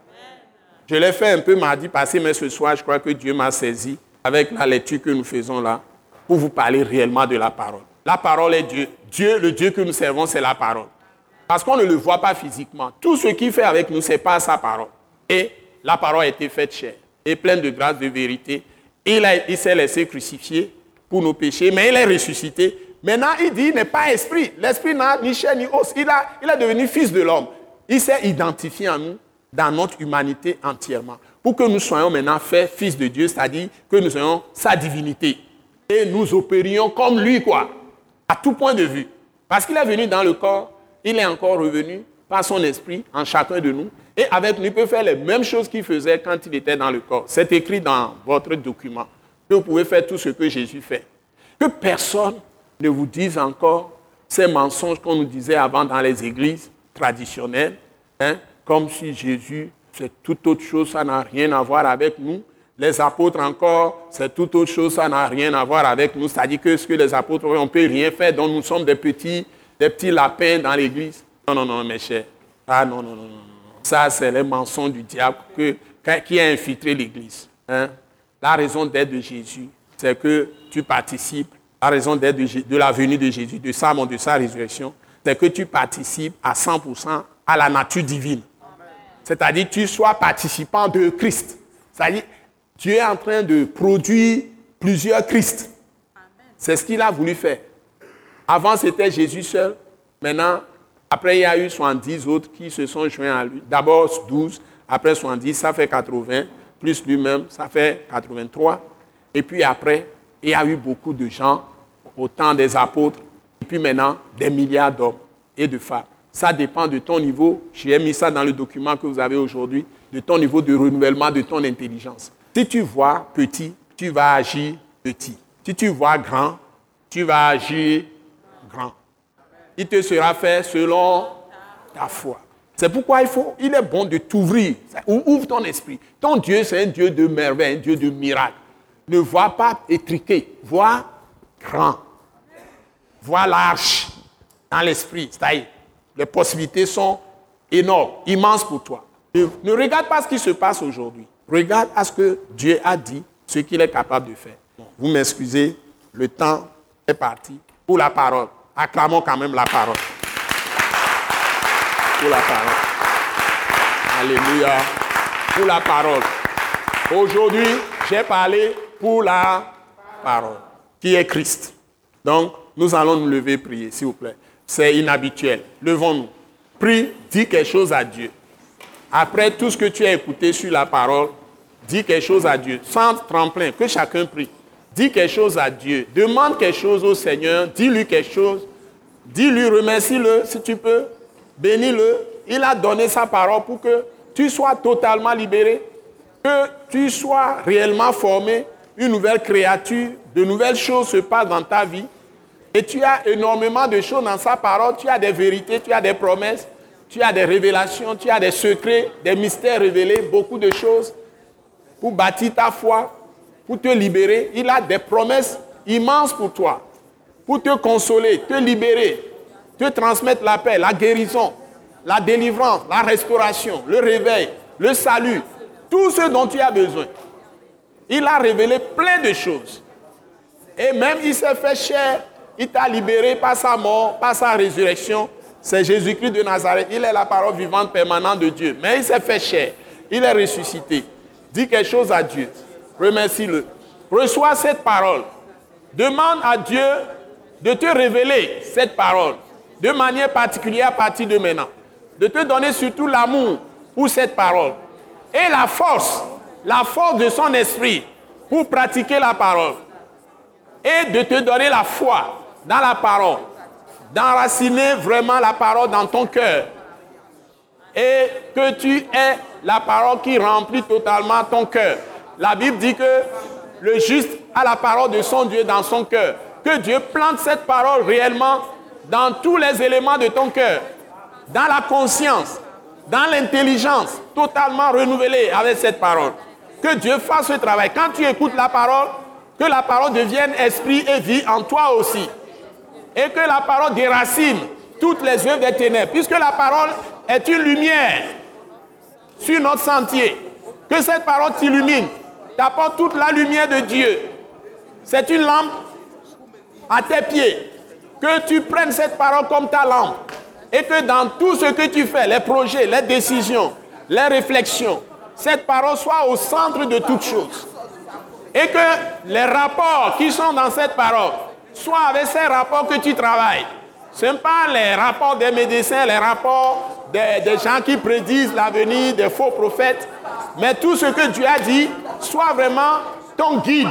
Je l'ai fait un peu mardi passé, mais ce soir, je crois que Dieu m'a saisi avec la lecture que nous faisons là pour vous parler réellement de la parole. La parole est Dieu. Dieu, le Dieu que nous servons, c'est la parole. Parce qu'on ne le voit pas physiquement. Tout ce qu'il fait avec nous, c'est pas sa parole. Et la parole a été faite chair et pleine de grâce, de vérité. Il, a, il s'est laissé crucifier pour nos péchés, mais il est ressuscité. Maintenant, il dit, il n'est pas esprit. L'esprit n'a ni chair ni os. Il, a, il est devenu fils de l'homme. Il s'est identifié en nous, dans notre humanité entièrement. Pour que nous soyons maintenant faits fils de Dieu, c'est-à-dire que nous soyons sa divinité. Et nous opérions comme lui, quoi. À tout point de vue. Parce qu'il est venu dans le corps, il est encore revenu par son esprit en chacun de nous. Et avec nous, il peut faire les mêmes choses qu'il faisait quand il était dans le corps. C'est écrit dans votre document que vous pouvez faire tout ce que Jésus fait. Que personne ne vous dise encore ces mensonges qu'on nous disait avant dans les églises traditionnelles, hein, comme si Jésus, c'est toute autre chose, ça n'a rien à voir avec nous. Les apôtres encore, c'est toute autre chose, ça n'a rien à voir avec nous. C'est-à-dire que ce que les apôtres ont, on ne peut rien faire, donc nous sommes des petits, des petits lapins dans l'église. Non, non, non, mes chers. Ah non, non, non, non. Ça, c'est les mensonges du diable que, qui a infiltré l'église. Hein? La raison d'être de Jésus, c'est que tu participes. La raison d'être de, de la venue de Jésus, de sa mort, de sa résurrection, c'est que tu participes à cent pour cent à la nature divine. Amen. C'est-à-dire que tu sois participant de Christ. C'est-à-dire tu es en train de produire plusieurs Christ. Amen. C'est ce qu'il a voulu faire. Avant, c'était Jésus seul. Maintenant, après, il y a eu soixante-dix autres qui se sont joints à lui. D'abord douze, après soixante-dix, ça fait quatre-vingts. Plus lui-même, ça fait quatre-vingt-trois. Et puis après, il y a eu beaucoup de gens au temps des apôtres. Et puis maintenant, des milliards d'hommes et de femmes. Ça dépend de ton niveau. J'ai mis ça dans le document que vous avez aujourd'hui. De ton niveau de renouvellement, de ton intelligence. Si tu vois petit, tu vas agir petit. Si tu vois grand, tu vas agir grand. Il te sera fait selon ta foi. C'est pourquoi il faut, il est bon de t'ouvrir. Ouvre ton esprit. Ton Dieu, c'est un Dieu de merveille, un Dieu de miracle. Ne vois pas étriqué, vois grand. Vois large dans l'esprit. C'est-à-dire, les possibilités sont énormes, immenses pour toi. Ne, ne regarde pas ce qui se passe aujourd'hui. Regarde à ce que Dieu a dit, ce qu'il est capable de faire. Bon, vous m'excusez, le temps est parti pour la parole. Acclamons quand même la parole. Pour la parole. Alléluia. Pour la parole. Aujourd'hui, j'ai parlé pour la parole, qui est Christ. Donc, nous allons nous lever et prier, s'il vous plaît. C'est inhabituel. Levons-nous. Prie, dis quelque chose à Dieu. Après tout ce que tu as écouté sur la parole, dis quelque chose à Dieu. Sans tremplin, que chacun prie. Dis quelque chose à Dieu. Demande quelque chose au Seigneur. Dis-lui quelque chose. Dis-lui, remercie-le si tu peux. Bénis-le. Il a donné sa parole pour que tu sois totalement libéré. Que tu sois réellement formé. Une nouvelle créature. De nouvelles choses se passent dans ta vie. Et tu as énormément de choses dans sa parole. Tu as des vérités, tu as des promesses. Tu as des révélations, tu as des secrets, des mystères révélés, beaucoup de choses. pour bâtir ta foi, pour te libérer. Il a des promesses immenses pour toi, pour te consoler, te libérer, te transmettre la paix, la guérison, la délivrance, la restauration, le réveil, le salut, tout ce dont tu as besoin. Il a révélé plein de choses. Et même il s'est fait chair, il t'a libéré par sa mort, par sa résurrection. C'est Jésus-Christ de Nazareth. Il est la parole vivante permanente de Dieu. Mais il s'est fait chair. Il est ressuscité. Dis quelque chose à Dieu. Remercie-le. Reçois cette parole. Demande à Dieu de te révéler cette parole de manière particulière à partir de maintenant. De te donner surtout l'amour pour cette parole. Et la force, la force de son esprit pour pratiquer la parole. Et de te donner la foi dans la parole. D'enraciner vraiment la parole dans ton cœur. Et que tu aies la parole qui remplit totalement ton cœur. La Bible dit que le juste a la parole de son Dieu dans son cœur. Que Dieu plante cette parole réellement dans tous les éléments de ton cœur. Dans la conscience, dans l'intelligence, totalement renouvelée avec cette parole. Que Dieu fasse ce travail. Quand tu écoutes la parole, que la parole devienne esprit et vie en toi aussi. Et que la parole déracine toutes les œuvres des ténèbres. Puisque la parole est une lumière sur notre sentier. Que cette parole t'illumine, t'apporte toute la lumière de Dieu. C'est une lampe à tes pieds. Que tu prennes cette parole comme ta lampe. Et que dans tout ce que tu fais, les projets, les décisions, les réflexions, cette parole soit au centre de toutes choses. Et que les rapports qui sont dans cette parole soient avec ces rapports que tu travailles. Ce ne sont pas les rapports des médecins, les rapports des, des gens qui prédisent l'avenir, des faux prophètes, mais tout ce que Dieu a dit soit vraiment ton guide.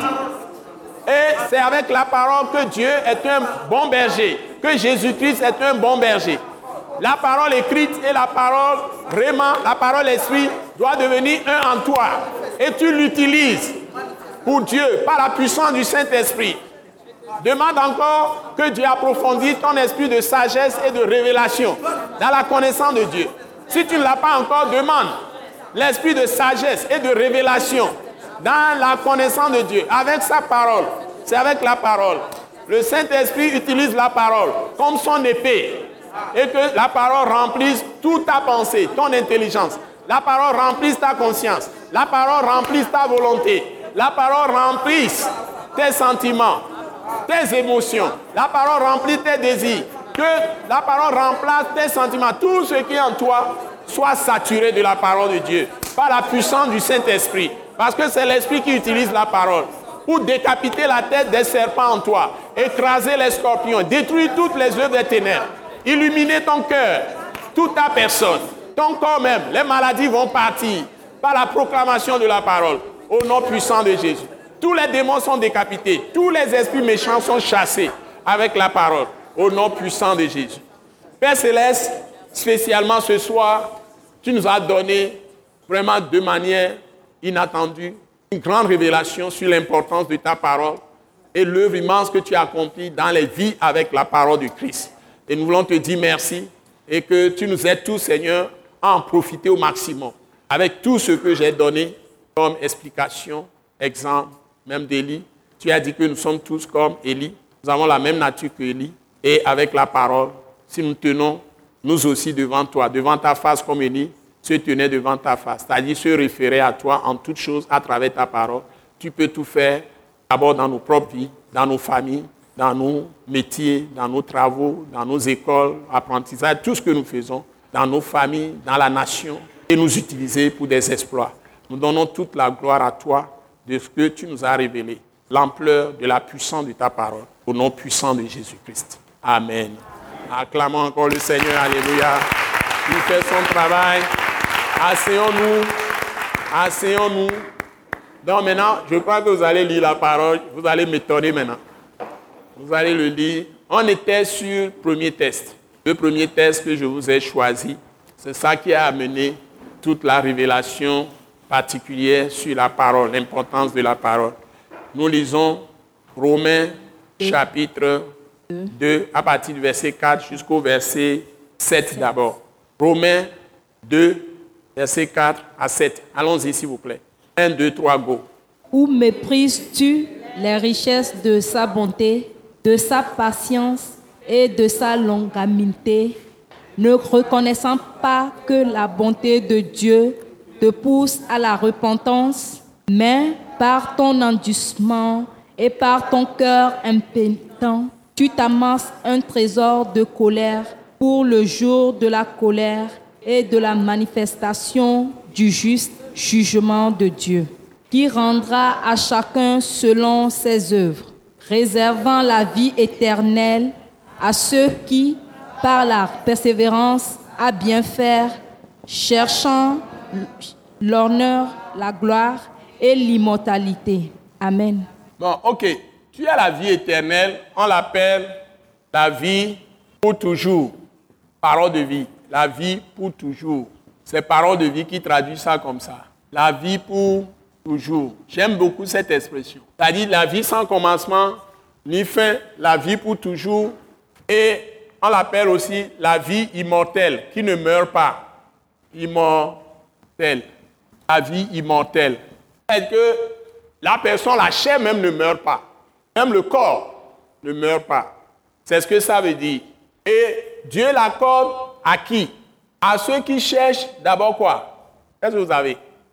Et c'est avec la parole que Dieu est un bon berger, que Jésus-Christ est un bon berger. La parole écrite et la parole vraiment, la parole esprit doit devenir un en toi. Et tu l'utilises pour Dieu, par la puissance du Saint-Esprit. Demande encore que Dieu approfondisse ton esprit de sagesse et de révélation dans la connaissance de Dieu. Si tu ne l'as pas encore, demande l'esprit de sagesse et de révélation dans la connaissance de Dieu, avec sa parole. C'est avec la parole. Le Saint-Esprit utilise la parole comme son épée et que la parole remplisse toute ta pensée, ton intelligence. La parole remplisse ta conscience. La parole remplisse ta volonté. La parole remplisse tes sentiments, tes émotions. La parole remplit tes désirs. Que la parole remplace tes sentiments. Tout ce qui est en toi soit saturé de la parole de Dieu par la puissance du Saint-Esprit. Parce que c'est l'Esprit qui utilise la parole pour décapiter la tête des serpents en toi, écraser les scorpions, détruire toutes les œuvres des ténèbres, illuminer ton cœur, toute ta personne, ton corps même. Les maladies vont partir par la proclamation de la parole au nom puissant de Jésus. Tous les démons sont décapités, tous les esprits méchants sont chassés avec la parole au nom puissant de Jésus. Père Céleste, spécialement ce soir, tu nous as donné vraiment de manière inattendue une grande révélation sur l'importance de ta parole et l'œuvre immense que tu as accomplie dans les vies avec la parole du Christ. Et nous voulons te dire merci et que tu nous aides tous, Seigneur, à en profiter au maximum avec tout ce que j'ai donné comme explication, exemple, même d'Élie. Tu as dit que nous sommes tous comme Élie. Nous avons la même nature qu'Élie. Et avec la parole, si nous tenons nous aussi devant toi, devant ta face comme Élie, se tenait devant ta face, c'est-à-dire se référer à toi en toutes choses à travers ta parole. Tu peux tout faire d'abord dans nos propres vies, dans nos familles, dans nos métiers, dans nos travaux, dans nos écoles, apprentissages, tout ce que nous faisons, dans nos familles, dans la nation, et nous utiliser pour des exploits. Nous donnons toute la gloire à toi de ce que tu nous as révélé, l'ampleur de la puissance de ta parole, au nom puissant de Jésus-Christ. Amen. Acclamons encore le Seigneur, alléluia. Il fait son travail. Asseyons-nous, asseyons-nous. Donc maintenant, je crois que vous allez lire la parole, vous allez m'étonner maintenant. Vous allez le lire. On était sur le premier test. Le premier test que je vous ai choisi, c'est ça qui a amené toute la révélation particulière sur la parole, l'importance de la parole. Nous lisons Romains chapitre deux, à partir du verset quatre jusqu'au verset sept d'abord. Romains deux, verset quatre à sept. Allons-y, s'il vous plaît. Un, deux, trois, go. Ou méprises-tu les richesses de sa bonté, de sa patience et de sa longanimité, ne reconnaissant pas que la bonté de Dieu te pousse à la repentance, mais par ton endurcissement et par ton cœur impénitent, tu t'amasses un trésor de colère pour le jour de la colère et de la manifestation du juste jugement de Dieu, qui rendra à chacun selon ses œuvres, réservant la vie éternelle à ceux qui, par la persévérance à bien faire, cherchant l'honneur, la gloire et l'immortalité. Amen. Bon, ok. Tu as la vie éternelle, on l'appelle la vie pour toujours. Parole de vie. La vie pour toujours. C'est parole de vie qui traduit ça comme ça. La vie pour toujours. J'aime beaucoup cette expression. C'est-à-dire la vie sans commencement ni fin, la vie pour toujours. Et on l'appelle aussi la vie immortelle, qui ne meurt pas. Immortelle. La vie immortelle. C'est-à-dire que la personne, la chair même ne meurt pas. Même le corps ne meurt pas. C'est ce que ça veut dire. Et Dieu l'accorde à qui? À ceux qui cherchent d'abord quoi? Qu'est-ce que vous avez?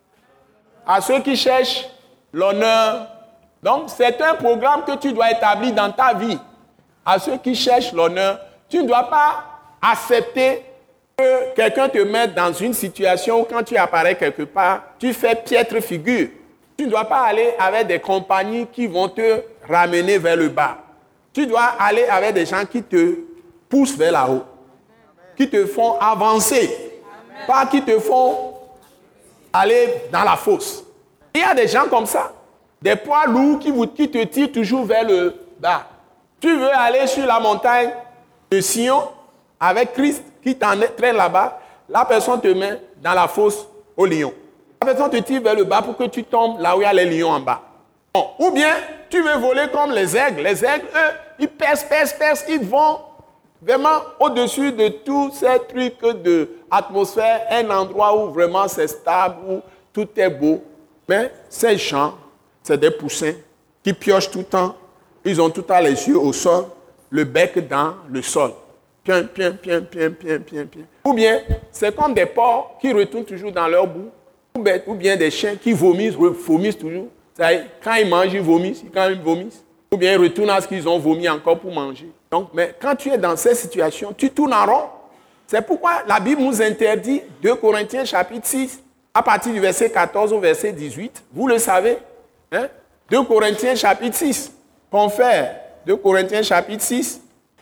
À ceux qui cherchent l'honneur. Donc, c'est un programme que tu dois établir dans ta vie. À ceux qui cherchent l'honneur, tu ne dois pas accepter que quelqu'un te mette dans une situation où quand tu apparais quelque part, tu fais piètre figure. Tu ne dois pas aller avec des compagnies qui vont te ramener vers le bas. Tu dois aller avec des gens qui te poussent vers là-haut, qui te font avancer, pas qui te font aller dans la fosse. Il y a des gens comme ça, des poids lourds qui, vous, qui te tirent toujours vers le bas. Tu veux aller sur la montagne de Sion avec Christ qui t'entraîne là-bas, la personne te met dans la fosse au lion. La personne te tire vers le bas pour que tu tombes là où il y a les lions en bas. Bon. Ou bien, tu veux voler comme les aigles. Les aigles, eux, ils percent, percent, percent, ils vont vraiment au-dessus de tous ces trucs d'atmosphère, un endroit où vraiment c'est stable, où tout est beau. Mais ces gens, c'est des poussins qui piochent tout le temps. Ils ont tout le temps les yeux au sol, le bec dans le sol. Pien, pien, pien, pien, pien, pien, pien. Ou bien, c'est comme des porcs qui retournent toujours dans leur bout. Ou bien des chiens qui vomissent, vomissent toujours. Quand ils mangent, ils vomissent. Quand ils vomissent. Ou bien ils retournent à ce qu'ils ont vomi encore pour manger. Donc, mais quand tu es dans cette situation, tu tournes en rond. C'est pourquoi la Bible nous interdit, deux Corinthiens chapitre six, à partir du verset quatorze au verset dix-huit. Vous le savez. Hein? deux Corinthiens chapitre six. Confère. deux Corinthiens chapitre six,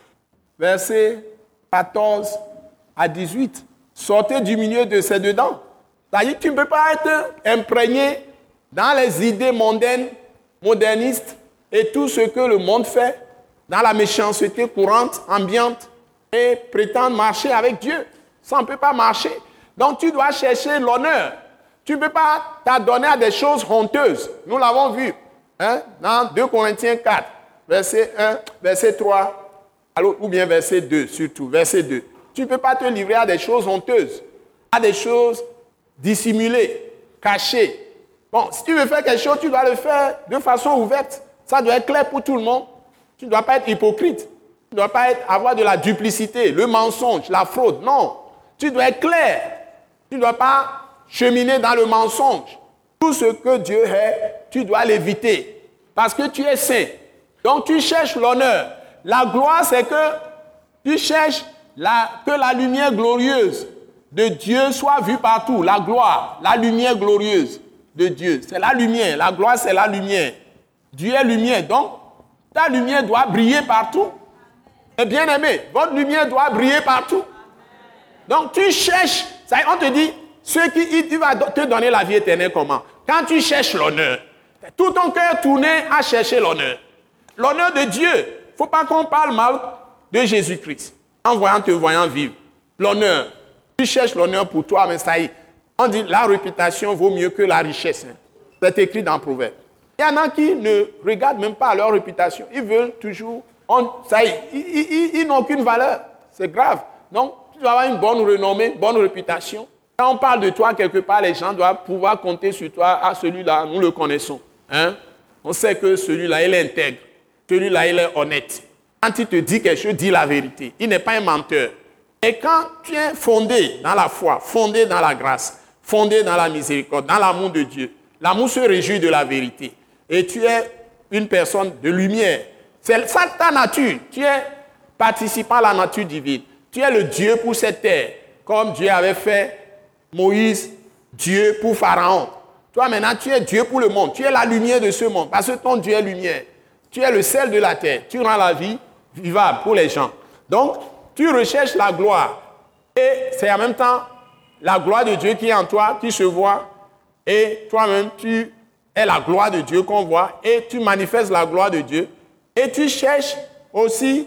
verset quatorze à dix-huit. Sortez du milieu de ces deux dents. C'est-à-dire que tu ne peux pas être imprégné dans les idées mondaines, modernistes et tout ce que le monde fait, dans la méchanceté courante, ambiante, et prétendre marcher avec Dieu. Ça ne peut pas marcher. Donc tu dois chercher l'honneur. Tu ne peux pas t'adonner à des choses honteuses. Nous l'avons vu hein, dans deux Corinthiens quatre, verset un, verset trois, alors, ou bien verset deux surtout, verset deux. Tu ne peux pas te livrer à des choses honteuses, à des choses dissimulées, cachées. Bon, si tu veux faire quelque chose, tu dois le faire de façon ouverte. Ça doit être clair pour tout le monde. Tu ne dois pas être hypocrite. Tu ne dois pas être, avoir de la duplicité, le mensonge, la fraude. Non. Tu dois être clair. Tu ne dois pas cheminer dans le mensonge. Tout ce que Dieu est, tu dois l'éviter. Parce que tu es saint. Donc tu cherches l'honneur. La gloire, c'est que tu cherches la, que la lumière glorieuse de Dieu soit vue partout. La gloire, la lumière glorieuse de Dieu. C'est la lumière. La gloire, c'est la lumière. Dieu est lumière. Donc, ta lumière doit briller partout. Et bien aimé, votre lumière doit briller partout. Donc, tu cherches. Ça, on te dit, ceux qui, il va te donner la vie éternelle comment? Quand tu cherches l'honneur, tout ton cœur tourné à chercher l'honneur. L'honneur de Dieu. Il ne faut pas qu'on parle mal de Jésus-Christ en voyant te voyant vivre. L'honneur. Tu cherches l'honneur pour toi, mais ça y est. On dit la réputation vaut mieux que la richesse. Hein. C'est écrit dans le Proverbe. Il y en a qui ne regardent même pas leur réputation. Ils veulent toujours... On, ça y est, ils, ils, ils n'ont aucune valeur. C'est grave. Donc, tu dois avoir une bonne renommée, une bonne réputation. Quand on parle de toi quelque part, les gens doivent pouvoir compter sur toi. Ah, celui-là, nous le connaissons. Hein? On sait que celui-là, il est intègre. Celui-là, il est honnête. Quand il te dit quelque chose, dis la vérité. Il n'est pas un menteur. Et quand tu es fondé dans la foi, fondé dans la grâce, fondé dans la miséricorde, dans l'amour de Dieu, l'amour se réjouit de la vérité. Et tu es une personne de lumière. C'est ça ta nature. Tu es participant à la nature divine. Tu es le Dieu pour cette terre, comme Dieu avait fait Moïse, Dieu pour Pharaon. Toi maintenant, tu es Dieu pour le monde. Tu es la lumière de ce monde, parce que ton Dieu est lumière. Tu es le sel de la terre. Tu rends la vie vivable pour les gens. Donc, tu recherches la gloire. Et c'est en même temps la gloire de Dieu qui est en toi, qui se voit. Et toi-même, tu es la gloire de Dieu qu'on voit. Et tu manifestes la gloire de Dieu. Et tu cherches aussi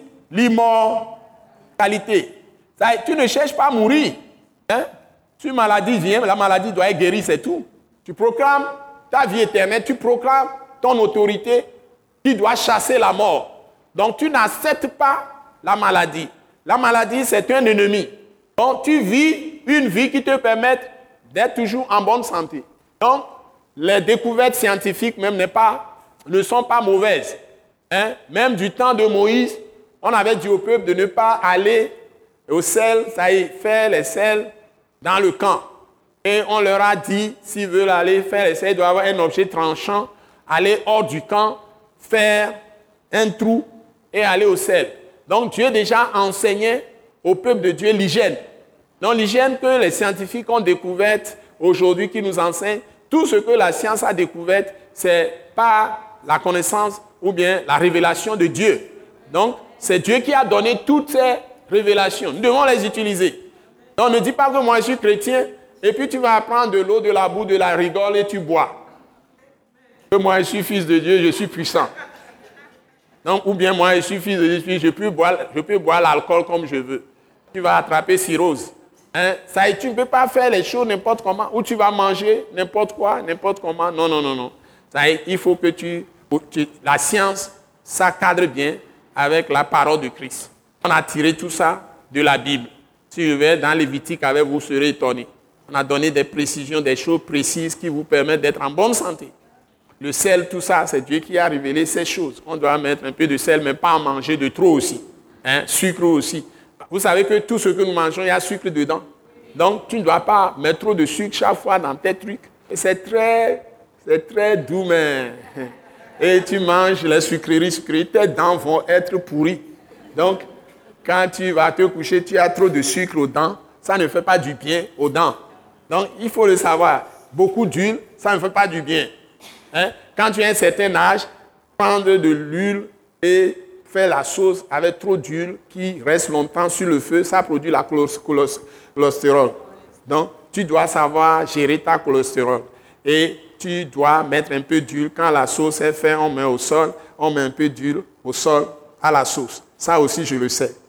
l'immortalité. Tu ne cherches pas à mourir. Hein? Si une maladie vient, la maladie doit être guérie, c'est tout. Tu proclames ta vie éternelle, tu proclames ton autorité qui doit chasser la mort. Donc tu n'acceptes pas la maladie. La maladie, c'est un ennemi. Donc tu vis une vie qui te permet d'être toujours en bonne santé. Donc les découvertes scientifiques même n'est pas, ne sont pas mauvaises. Hein? Même du temps de Moïse, on avait dit au peuple de ne pas aller au sel, ça y est, faire les sels dans le camp. Et on leur a dit, s'ils veulent aller faire les sels, ils doivent avoir un objet tranchant, aller hors du camp, faire un trou et aller au sel. Donc Dieu déjà enseignait au peuple de Dieu l'hygiène. Donc l'hygiène que les scientifiques ont découverte aujourd'hui, qui nous enseignent, tout ce que la science a découvert, c'est pas la connaissance ou bien la révélation de Dieu. Donc c'est Dieu qui a donné toutes ces révélations. Nous devons les utiliser. Donc ne dis pas que moi je suis chrétien et puis tu vas prendre de l'eau, de la boue, de la rigole et tu bois. Que moi je suis fils de Dieu, je suis puissant. Donc, ou bien moi je suis fils de Dieu, je peux boire, je peux boire l'alcool comme je veux. Tu vas attraper cirrhose. Hein? Ça, tu ne peux pas faire les choses n'importe comment, ou tu vas manger n'importe quoi, n'importe comment. Non, non, non, non. Ça, il faut que tu, tu... La science, ça cadre bien avec la parole de Christ. On a tiré tout ça de la Bible. Si je vais dans Lévitique avec vous, vous serez étonnés. On a donné des précisions, des choses précises qui vous permettent d'être en bonne santé. Le sel, tout ça, c'est Dieu qui a révélé ces choses. On doit mettre un peu de sel, mais pas en manger de trop aussi. Hein? Sucre aussi. Vous savez que tout ce que nous mangeons, il y a sucre dedans. Donc, tu ne dois pas mettre trop de sucre chaque fois dans tes trucs. Et c'est très, c'est très doux, mais... Et tu manges les sucreries, sucreries, tes dents vont être pourries. Donc, quand tu vas te coucher, tu as trop de sucre aux dents. Ça ne fait pas du bien aux dents. Donc, il faut le savoir. Beaucoup d'huile, ça ne fait pas du bien. Hein? Quand tu as un certain âge, prendre de l'huile et faire la sauce avec trop d'huile qui reste longtemps sur le feu, ça produit la cholestérol. Donc, tu dois savoir gérer ta cholestérol. Et tu dois mettre un peu d'huile. Quand la sauce est faite, on met au sol, on met un peu d'huile au sol à la sauce. Ça aussi, je le sais.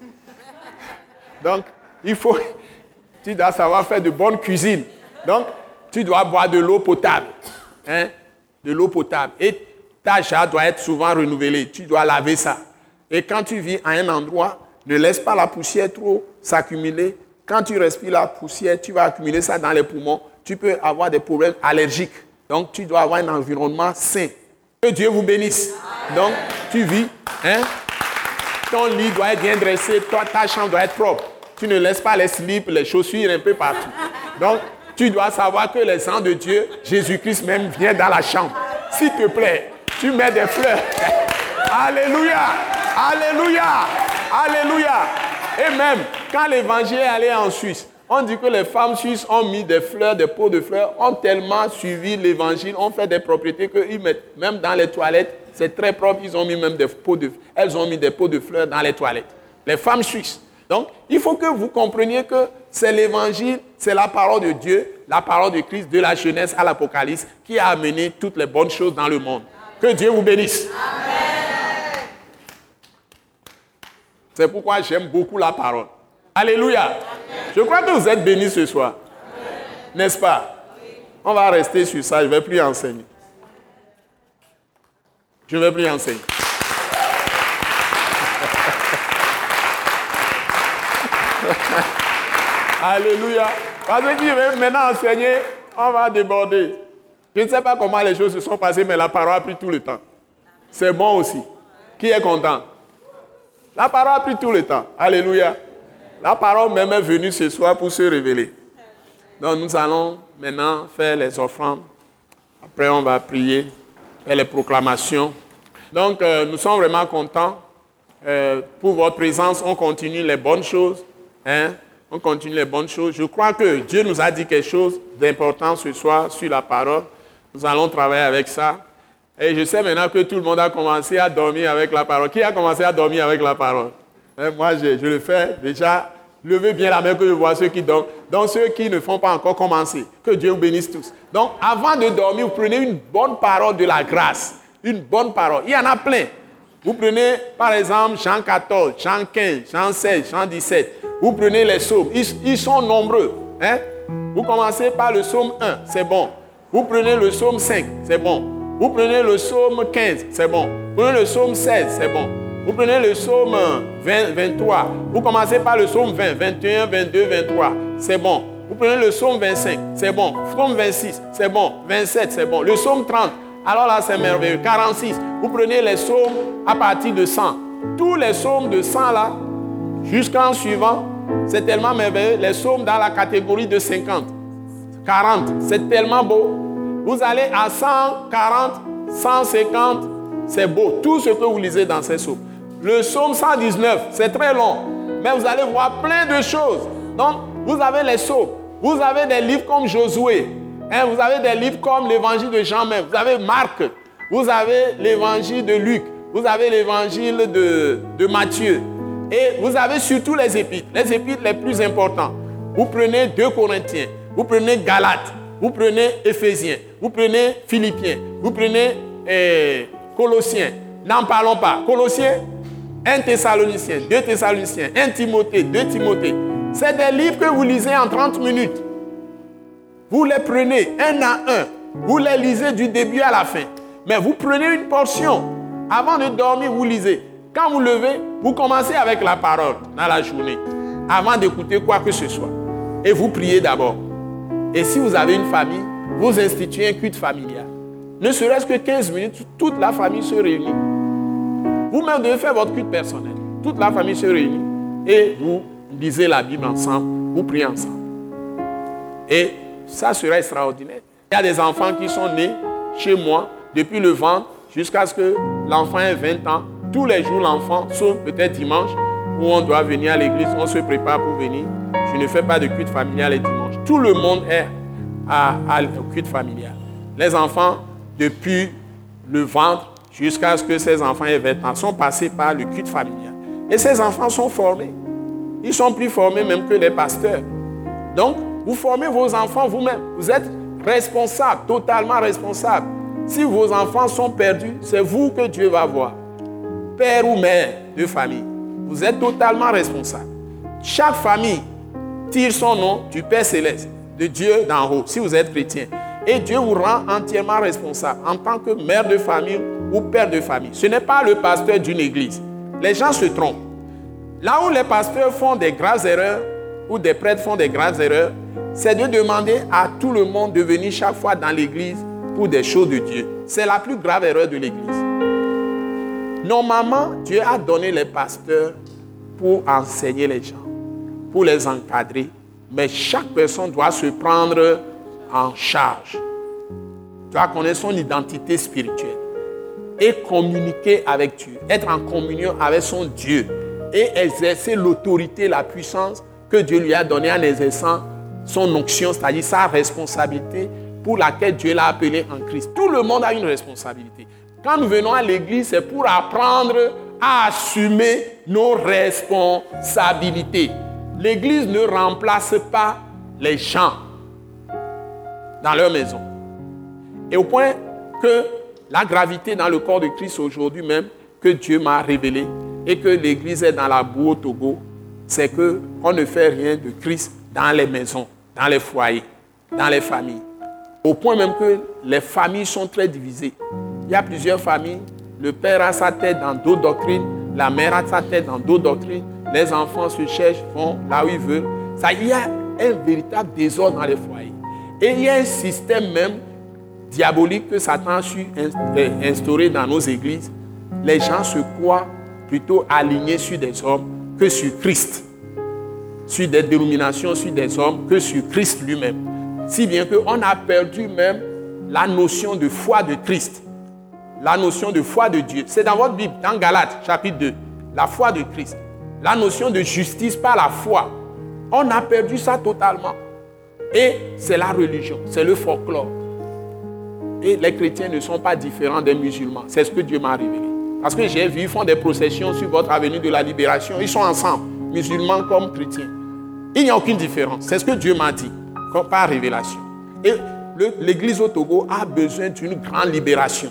Donc, il faut... Tu dois savoir faire de bonne cuisine. Donc, tu dois boire de l'eau potable. Hein? De l'eau potable. Et ta jarre doit être souvent renouvelée. Tu dois laver ça. Et quand tu vis à un endroit, ne laisse pas la poussière trop s'accumuler. Quand tu respires la poussière, tu vas accumuler ça dans les poumons. Tu peux avoir des problèmes allergiques. Donc, tu dois avoir un environnement sain. Que Dieu vous bénisse. Donc, tu vis. Hein? Ton lit doit être bien dressé. Toi, ta chambre doit être propre. Tu ne laisses pas les slips, les chaussures un peu partout. Donc, tu dois savoir que le sang de Dieu, Jésus-Christ même, vient dans la chambre. S'il te plaît, tu mets des fleurs. Alléluia! Alléluia! Alléluia! Et même, quand l'évangile est allé en Suisse, on dit que les femmes suisses ont mis des fleurs, des pots de fleurs, ont tellement suivi l'évangile, ont fait des propriétés qu'ils mettent, même dans les toilettes, c'est très propre, ils ont mis même des pots de, elles ont mis des pots de fleurs dans les toilettes. Les femmes suisses. Donc, il faut que vous compreniez que c'est l'évangile, c'est la parole de Dieu, la parole de Christ, de la Genèse à l'Apocalypse, qui a amené toutes les bonnes choses dans le monde. Que Dieu vous bénisse. Amen. C'est pourquoi j'aime beaucoup la parole. Alléluia. Amen. Je crois que vous êtes bénis ce soir. Amen. N'est-ce pas? Oui. On va rester sur ça, je ne vais plus enseigner. Je ne vais plus enseigner. Alléluia. Parce que qui veut maintenant enseigner, on va déborder. Je ne sais pas comment les choses se sont passées, mais la parole a pris tout le temps. C'est bon aussi. Qui est content? La parole a pris tout le temps. Alléluia. La parole même est venue ce soir pour se révéler. Donc nous allons maintenant faire les offrandes. Après on va prier, faire les proclamations. Donc euh, nous sommes vraiment contents euh, pour votre présence. On continue les bonnes choses. Hein? On continue les bonnes choses. Je crois que Dieu nous a dit quelque chose d'important ce soir sur la parole. Nous allons travailler avec ça. Et je sais maintenant que tout le monde a commencé à dormir avec la parole. Qui a commencé à dormir avec la parole? Hein, moi, je, je le fais déjà. Levez bien la main que je vois ceux qui dorment. Donc, ceux qui ne font pas encore commencer. Que Dieu vous bénisse tous. Donc, avant de dormir, vous prenez une bonne parole de la grâce. Une bonne parole. Il y en a plein. Vous prenez, par exemple, Jean quatorze, Jean quinze, Jean seize, Jean dix-sept. Vous prenez les psaumes. Ils, ils sont nombreux. Hein? Vous commencez par le psaume un, c'est bon. Vous prenez le psaume cinq, c'est bon. Vous prenez le psaume quinze, c'est bon. Vous prenez le psaume seize, c'est bon. Vous prenez le psaume vingt, vingt-trois. Vous commencez par le psaume vingt, vingt et un, vingt-deux, vingt-trois, c'est bon. Vous prenez le psaume vingt-cinq, c'est bon. Psaume vingt-six, c'est bon. vingt-sept, c'est bon. Le psaume trente, alors là, c'est merveilleux. quarante-six, vous prenez les psaumes à partir de cent. Tous les psaumes de cent là, jusqu'en suivant, c'est tellement merveilleux. Les psaumes dans la catégorie de cinquante, quarante, c'est tellement beau. Vous allez à cent quarante, cent cinquante, c'est beau. Tout ce que vous lisez dans ces psaumes. Le psaume cent dix-neuf, c'est très long. Mais vous allez voir plein de choses. Donc, vous avez les psaumes. Vous avez des livres comme Josué. Hein, vous avez des livres comme l'évangile de Jean même. Vous avez Marc. Vous avez l'évangile de Luc. Vous avez l'évangile de, de Matthieu. Et vous avez surtout les épîtres. Les épîtres les plus importants. Vous prenez deux Corinthiens. Vous prenez Galates. Vous prenez Éphésiens, vous prenez Philippiens, vous prenez eh, Colossiens. N'en parlons pas. Colossiens, un Thessaloniciens, deux Thessaloniciens, un Timothée, deux Timothée. C'est des livres que vous lisez en trente minutes. Vous les prenez un à un. Vous les lisez du début à la fin. Mais vous prenez une portion. Avant de dormir, vous lisez. Quand vous levez, vous commencez avec la parole dans la journée. Avant d'écouter quoi que ce soit. Et vous priez d'abord. Et si vous avez une famille, vous instituez un culte familial. Ne serait-ce que quinze minutes, toute la famille se réunit. Vous-même devez faire votre culte personnel. Toute la famille se réunit. Et vous lisez la Bible ensemble, vous priez ensemble. Et ça sera extraordinaire. Il y a des enfants qui sont nés chez moi, depuis le ventre, jusqu'à ce que l'enfant ait vingt ans. Tous les jours, l'enfant, sauf peut-être dimanche, où on doit venir à l'église, on se prépare pour venir. Je ne fais pas de culte familial les dimanches. Tout le monde est à, à, au culte familial. Les enfants, depuis le ventre jusqu'à ce que ces enfants aient vingt ans, sont passés par le culte familial. Et ces enfants sont formés. Ils sont plus formés même que les pasteurs. Donc, vous formez vos enfants vous-même. Vous êtes responsable, totalement responsable. Si vos enfants sont perdus, c'est vous que Dieu va voir. Père ou mère de famille. Vous êtes totalement responsable. Chaque famille tire son nom du Père Céleste, de Dieu d'en haut, si vous êtes chrétien. Et Dieu vous rend entièrement responsable en tant que mère de famille ou père de famille. Ce n'est pas le pasteur d'une église. Les gens se trompent. Là où les pasteurs font des graves erreurs, ou des prêtres font des graves erreurs, c'est de demander à tout le monde de venir chaque fois dans l'église pour des choses de Dieu. C'est la plus grave erreur de l'église. Normalement, Dieu a donné les pasteurs pour enseigner les gens, pour les encadrer. Mais chaque personne doit se prendre en charge. Doit connaître son identité spirituelle et communiquer avec Dieu. Être en communion avec son Dieu et exercer l'autorité, la puissance que Dieu lui a donnée en exerçant son onction, c'est-à-dire sa responsabilité pour laquelle Dieu l'a appelé en Christ. Tout le monde a une responsabilité. Quand nous venons à l'église, c'est pour apprendre à assumer nos responsabilités. L'église ne remplace pas les gens dans leur maison. Et au point que la gravité dans le corps de Christ aujourd'hui même, que Dieu m'a révélé, et que l'église est dans la boue au Togo, c'est qu'on ne fait rien de Christ dans les maisons, dans les foyers, dans les familles. Au point même que les familles sont très divisées. Il y a plusieurs familles, le père a sa tête dans d'autres doctrines, la mère a sa tête dans d'autres doctrines, les enfants se cherchent, vont là où ils veulent. Ça, il y a un véritable désordre dans les foyers. Et il y a un système même diabolique que Satan a su instaurer dans nos églises. Les gens se croient plutôt alignés sur des hommes que sur Christ. Sur des dénominations, sur des hommes que sur Christ lui-même. Si bien qu'on a perdu même la notion de foi de Christ. La notion de foi de Dieu. C'est dans votre Bible, dans Galates, chapitre deux. La foi de Christ. La notion de justice par la foi. On a perdu ça totalement. Et c'est la religion, c'est le folklore. Et les chrétiens ne sont pas différents des musulmans. C'est ce que Dieu m'a révélé. Parce que j'ai vu, ils font des processions sur votre avenue de la libération. Ils sont ensemble, musulmans comme chrétiens. Il n'y a aucune différence. C'est ce que Dieu m'a dit, par révélation. Et le, l'église au Togo a besoin d'une grande libération.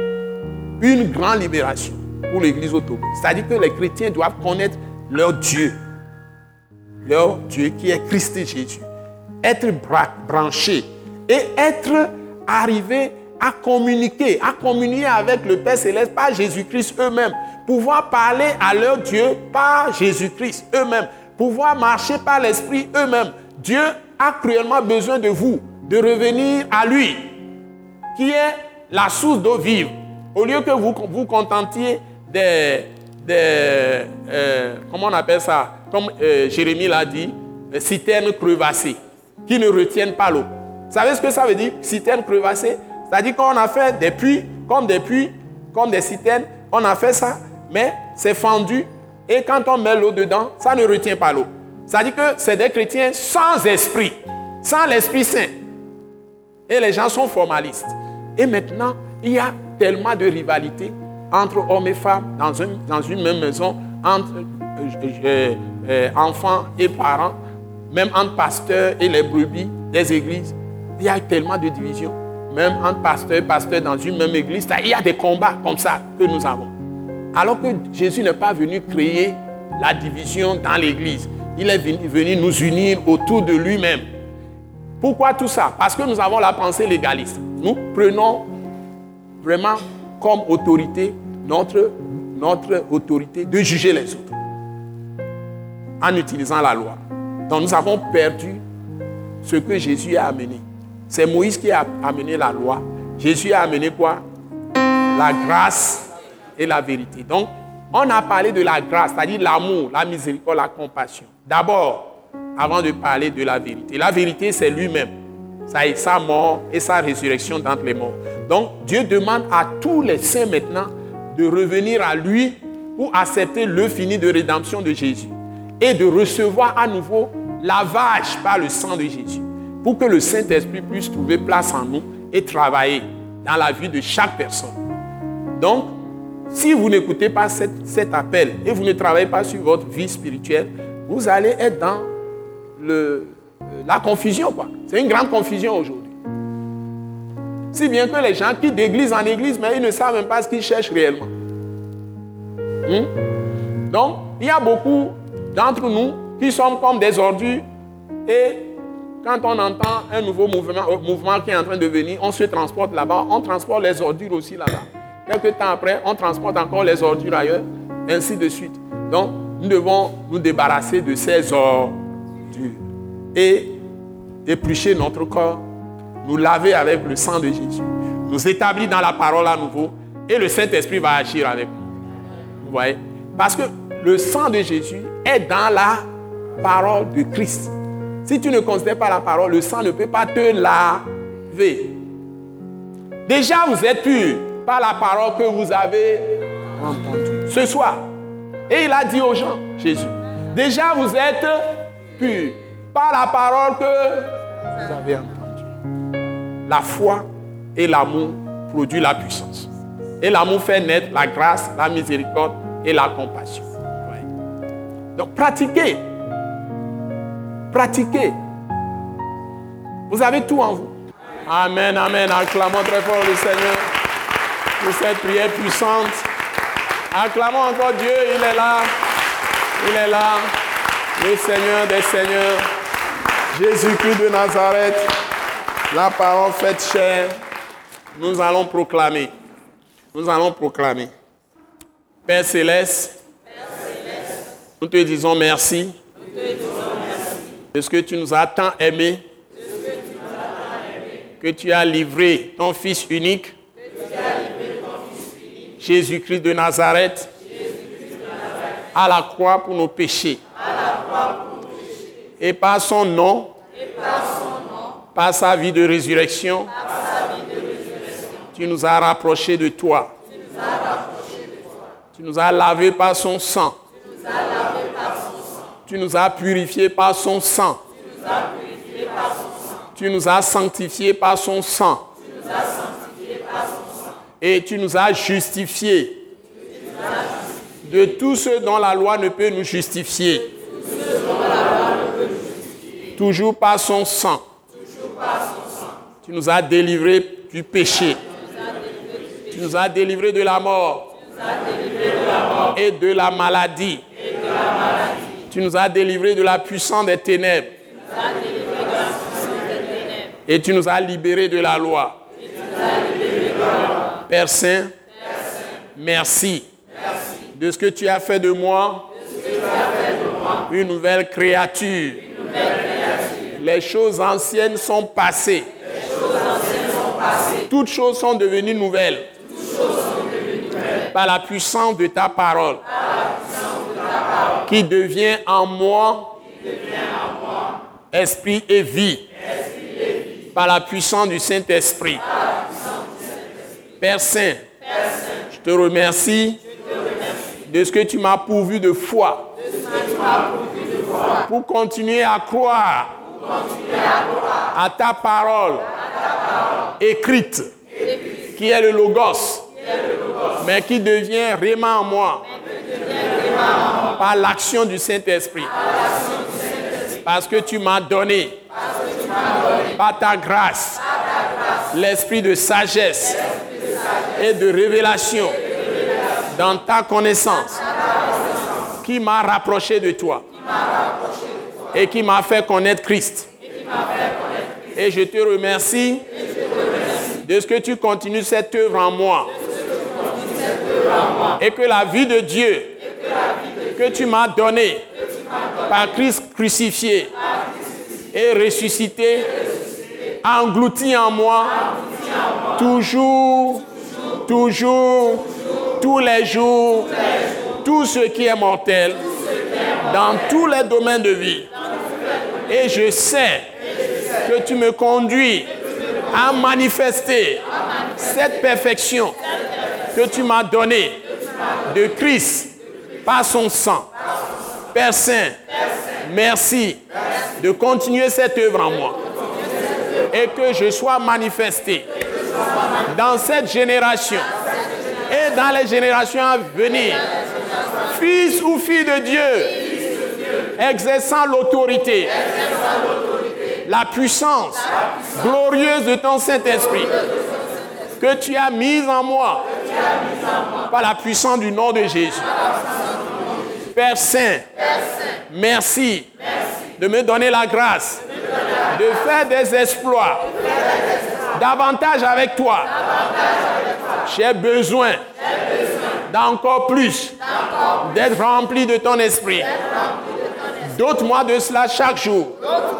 Une grande libération pour l'église au Togo. C'est-à-dire que les chrétiens doivent connaître leur Dieu. Leur Dieu qui est Christ Jésus. Être branché et être arrivé à communiquer, à communier avec le Père Céleste par Jésus-Christ eux-mêmes. Pouvoir parler à leur Dieu par Jésus-Christ eux-mêmes. Pouvoir marcher par l'Esprit eux-mêmes. Dieu a cruellement besoin de vous, de revenir à lui, qui est la source d'eau vive. Au lieu que vous vous contentiez des, des euh, comment on appelle ça, comme euh, Jérémie l'a dit, des citernes crevassées, qui ne retiennent pas l'eau. Vous savez ce que ça veut dire, citernes crevassées? C'est-à-dire qu'on a fait des puits, comme des puits, comme des citernes, on a fait ça, mais c'est fendu, et quand on met l'eau dedans, ça ne retient pas l'eau. C'est-à-dire que c'est des chrétiens sans esprit, sans l'Esprit Saint. Et les gens sont formalistes. Et maintenant, il y a tellement de rivalité entre hommes et femmes dans, un, dans une même maison, entre euh, euh, euh, enfants et parents, même entre pasteurs et les brebis des églises. Il y a tellement de divisions. Même entre pasteurs et pasteurs dans une même église, il y a des combats comme ça que nous avons. Alors que Jésus n'est pas venu créer la division dans l'église. Il est venu, venu nous unir autour de lui-même. Pourquoi tout ça? Parce que nous avons la pensée légaliste. Nous prenons vraiment comme autorité notre, notre autorité de juger les autres en utilisant la loi. Donc nous avons perdu ce que Jésus a amené. C'est Moïse qui a amené la loi. Jésus a amené quoi? La grâce et la vérité. Donc, on a parlé de la grâce, c'est-à-dire l'amour, la miséricorde, la compassion. D'abord, avant de parler de la vérité. La vérité, c'est lui-même. Ça est sa mort et sa résurrection d'entre les morts. Donc, Dieu demande à tous les saints maintenant de revenir à lui pour accepter le fini de rédemption de Jésus et de recevoir à nouveau lavage par le sang de Jésus pour que le Saint-Esprit puisse trouver place en nous et travailler dans la vie de chaque personne. Donc, si vous n'écoutez pas cet, cet appel et vous ne travaillez pas sur votre vie spirituelle, vous allez être dans le, la confusion, quoi. C'est une grande confusion aujourd'hui. Si bien que les gens quittent d'église en église, mais ils ne savent même pas ce qu'ils cherchent réellement. Hmm? Donc, il y a beaucoup d'entre nous qui sommes comme des ordures et quand on entend un nouveau mouvement, mouvement qui est en train de venir, on se transporte là-bas, on transporte les ordures aussi là-bas. Quelques temps après, on transporte encore les ordures ailleurs, ainsi de suite. Donc, nous devons nous débarrasser de ces ordures et éplucher notre corps, nous laver avec le sang de Jésus, nous établir dans la parole à nouveau et le Saint-Esprit va agir avec nous. Vous voyez? Parce que le sang de Jésus est dans la parole de Christ. Si tu ne considères pas la parole, le sang ne peut pas te laver. Déjà, vous êtes pur par la parole que vous avez entendue ce soir. Et il a dit aux gens, Jésus, déjà vous êtes purs par la parole que vous avez entendue. La foi et l'amour produisent la puissance. Et l'amour fait naître la grâce, la miséricorde et la compassion. Ouais. Donc pratiquez. Pratiquez. Vous avez tout en vous. Amen, amen. Acclamons très fort le Seigneur pour cette prière puissante. Acclamons encore Dieu, il est là. Il est là. Le Seigneur des Seigneurs. Jésus-Christ de Nazareth. La parole faite chair. Nous allons proclamer. Nous allons proclamer. Père Céleste, Père Céleste, nous te disons merci. Nous te disons merci de ce que tu nous as tant aimés, que tu as livré ton Fils unique, Jésus-Christ de Nazareth, à la croix pour nos péchés. Et par son nom, par sa vie de résurrection, tu nous as rapprochés de toi. Tu nous as lavés par son sang. Tu nous as purifiés par son sang. Tu nous as sanctifiés par son sang. Et tu nous as justifiés de tout ce dont la loi ne peut nous justifier. Toujours par son sang. Tu nous as délivrés du péché. Tu nous as délivrés de la mort et de la maladie. Tu nous as délivrés de la puissance des ténèbres. Et tu nous as libérés de la loi. Père Saint, merci de ce que tu as fait de moi une nouvelle créature. Les choses anciennes sont passées. Toutes choses sont devenues nouvelles. Par la puissance de ta parole, qui devient en moi esprit et vie, par la puissance du Saint-Esprit. Père Saint, je te remercie de ce que tu m'as pourvu de foi pour continuer à croire à ta parole écrite, qui est le Logos, mais qui devient réma en moi par l'action du Saint-Esprit. Parce que tu m'as donné, par ta grâce, l'esprit de sagesse et de révélation dans ta connaissance, qui m'a rapproché de toi et qui m'a fait connaître Christ. Et je te remercie de ce que tu continues cette œuvre en moi. Et que la vie de Dieu que tu m'as donnée par Christ crucifié et ressuscité engloutit en moi toujours, toujours, tous les jours, tout ce qui est mortel dans tous les domaines de vie. Et je sais que tu me conduis à manifester cette perfection que tu m'as donnée de Christ par son sang. Père Saint, merci de continuer cette œuvre en moi et que je sois manifesté dans cette génération et dans les générations à venir, fils ou fille de Dieu, exerçant l'autorité, la puissance glorieuse de ton Saint-Esprit que tu as mise en moi par la puissance du nom de Jésus. Père Saint, merci de me donner la grâce de faire des exploits davantage avec toi. J'ai besoin d'encore plus d'être rempli de ton esprit. Dote-moi de cela chaque jour.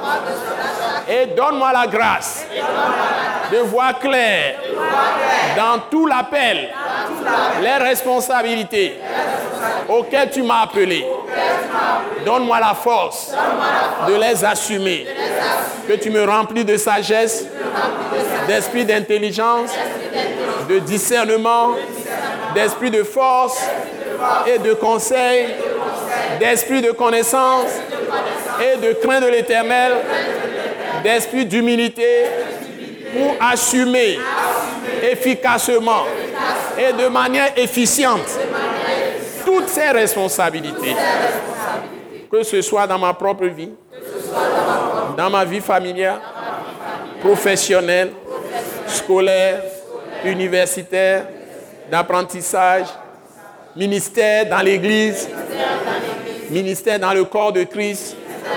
Et donne-moi la grâce de voir clair dans tout l'appel, les responsabilités auxquelles tu m'as appelé. Donne-moi la force de les assumer. Que tu me remplis de sagesse, d'esprit d'intelligence, de discernement, d'esprit de force et de conseil, d'esprit de connaissance et de crainte de l'Éternel, d'esprit d'humilité pour assumer efficacement et de manière efficiente toutes ces responsabilités, que ce soit dans ma propre vie, dans ma vie familiale, professionnelle, scolaire, universitaire, d'apprentissage, ministère dans l'Église, ministère dans le corps de Christ,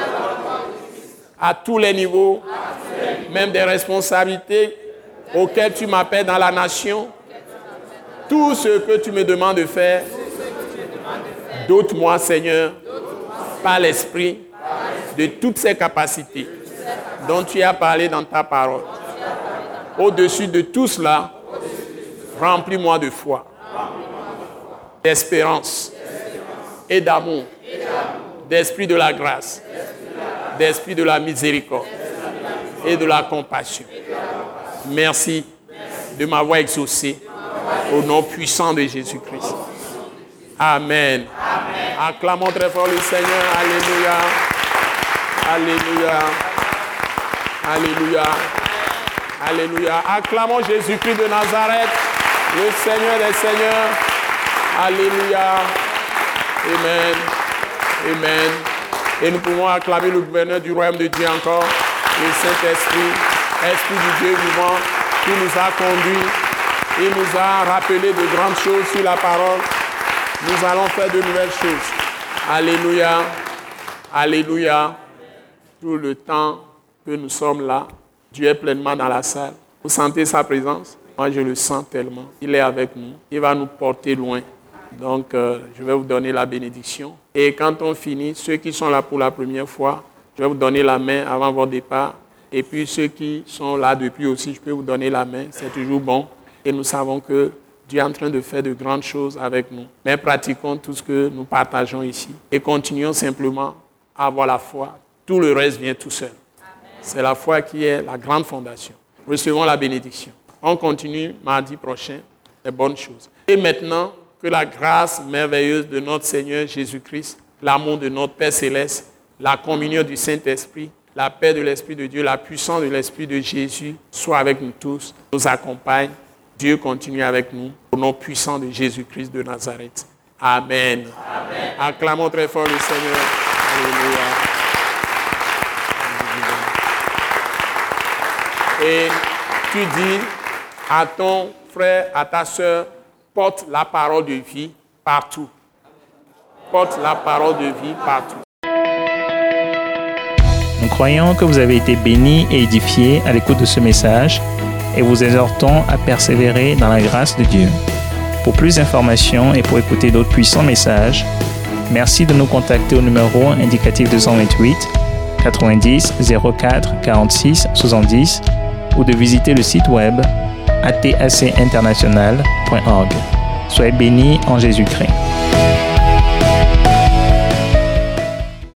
à tous les niveaux, même des responsabilités auxquelles tu m'appelles dans la nation. Tout ce que tu me demandes de faire, dote-moi, Seigneur, par l'Esprit, de toutes ces capacités dont tu as parlé dans ta parole. Au-dessus de tout cela, remplis-moi de foi, d'espérance et d'amour, d'esprit de la grâce, d'esprit de la miséricorde et de la compassion. Merci de m'avoir exaucé au nom puissant de Jésus-Christ. Amen. Amen. Acclamons très fort le Seigneur. Alléluia. Alléluia. Alléluia. Alléluia. Acclamons Jésus-Christ de Nazareth, le Seigneur des Seigneurs. Alléluia. Amen. Amen. Et nous pouvons acclamer le gouverneur du royaume de Dieu encore, le Saint-Esprit, Esprit du Dieu vivant, qui nous a conduits. Il nous a rappelé de grandes choses sur la parole. Nous allons faire de nouvelles choses. Alléluia. Alléluia. Tout le temps que nous sommes là, Dieu est pleinement dans la salle. Vous sentez sa présence? Moi, je le sens tellement. Il est avec nous. Il va nous porter loin. Donc, euh, je vais vous donner la bénédiction. Et quand on finit, ceux qui sont là pour la première fois, je vais vous donner la main avant votre départ. Et puis, ceux qui sont là depuis aussi, je peux vous donner la main. C'est toujours bon. Et nous savons que Dieu est en train de faire de grandes choses avec nous. Mais pratiquons tout ce que nous partageons ici. Et continuons simplement à avoir la foi. Tout le reste vient tout seul. Amen. C'est la foi qui est la grande fondation. Recevons la bénédiction. On continue mardi prochain. Les bonnes choses. Et maintenant, que la grâce merveilleuse de notre Seigneur Jésus-Christ, l'amour de notre Père Céleste, la communion du Saint-Esprit, la paix de l'Esprit de Dieu, la puissance de l'Esprit de Jésus soit avec nous tous, nous accompagne. Dieu continue avec nous au nom puissant de Jésus-Christ de Nazareth. Amen. Amen. Acclamons très fort le Seigneur. Alléluia. Et tu dis à ton frère, à ta sœur, porte la parole de vie partout. Porte la parole de vie partout. Nous croyons que vous avez été bénis et édifiés à l'écoute de ce message et vous exhortons à persévérer dans la grâce de Dieu. Pour plus d'informations et pour écouter d'autres puissants messages, merci de nous contacter au numéro indicatif deux cent vingt-huit quatre-vingt-dix zéro quatre quarante-six soixante-dix ou de visiter le site web a t a c international point org. Soyez bénis en Jésus-Christ.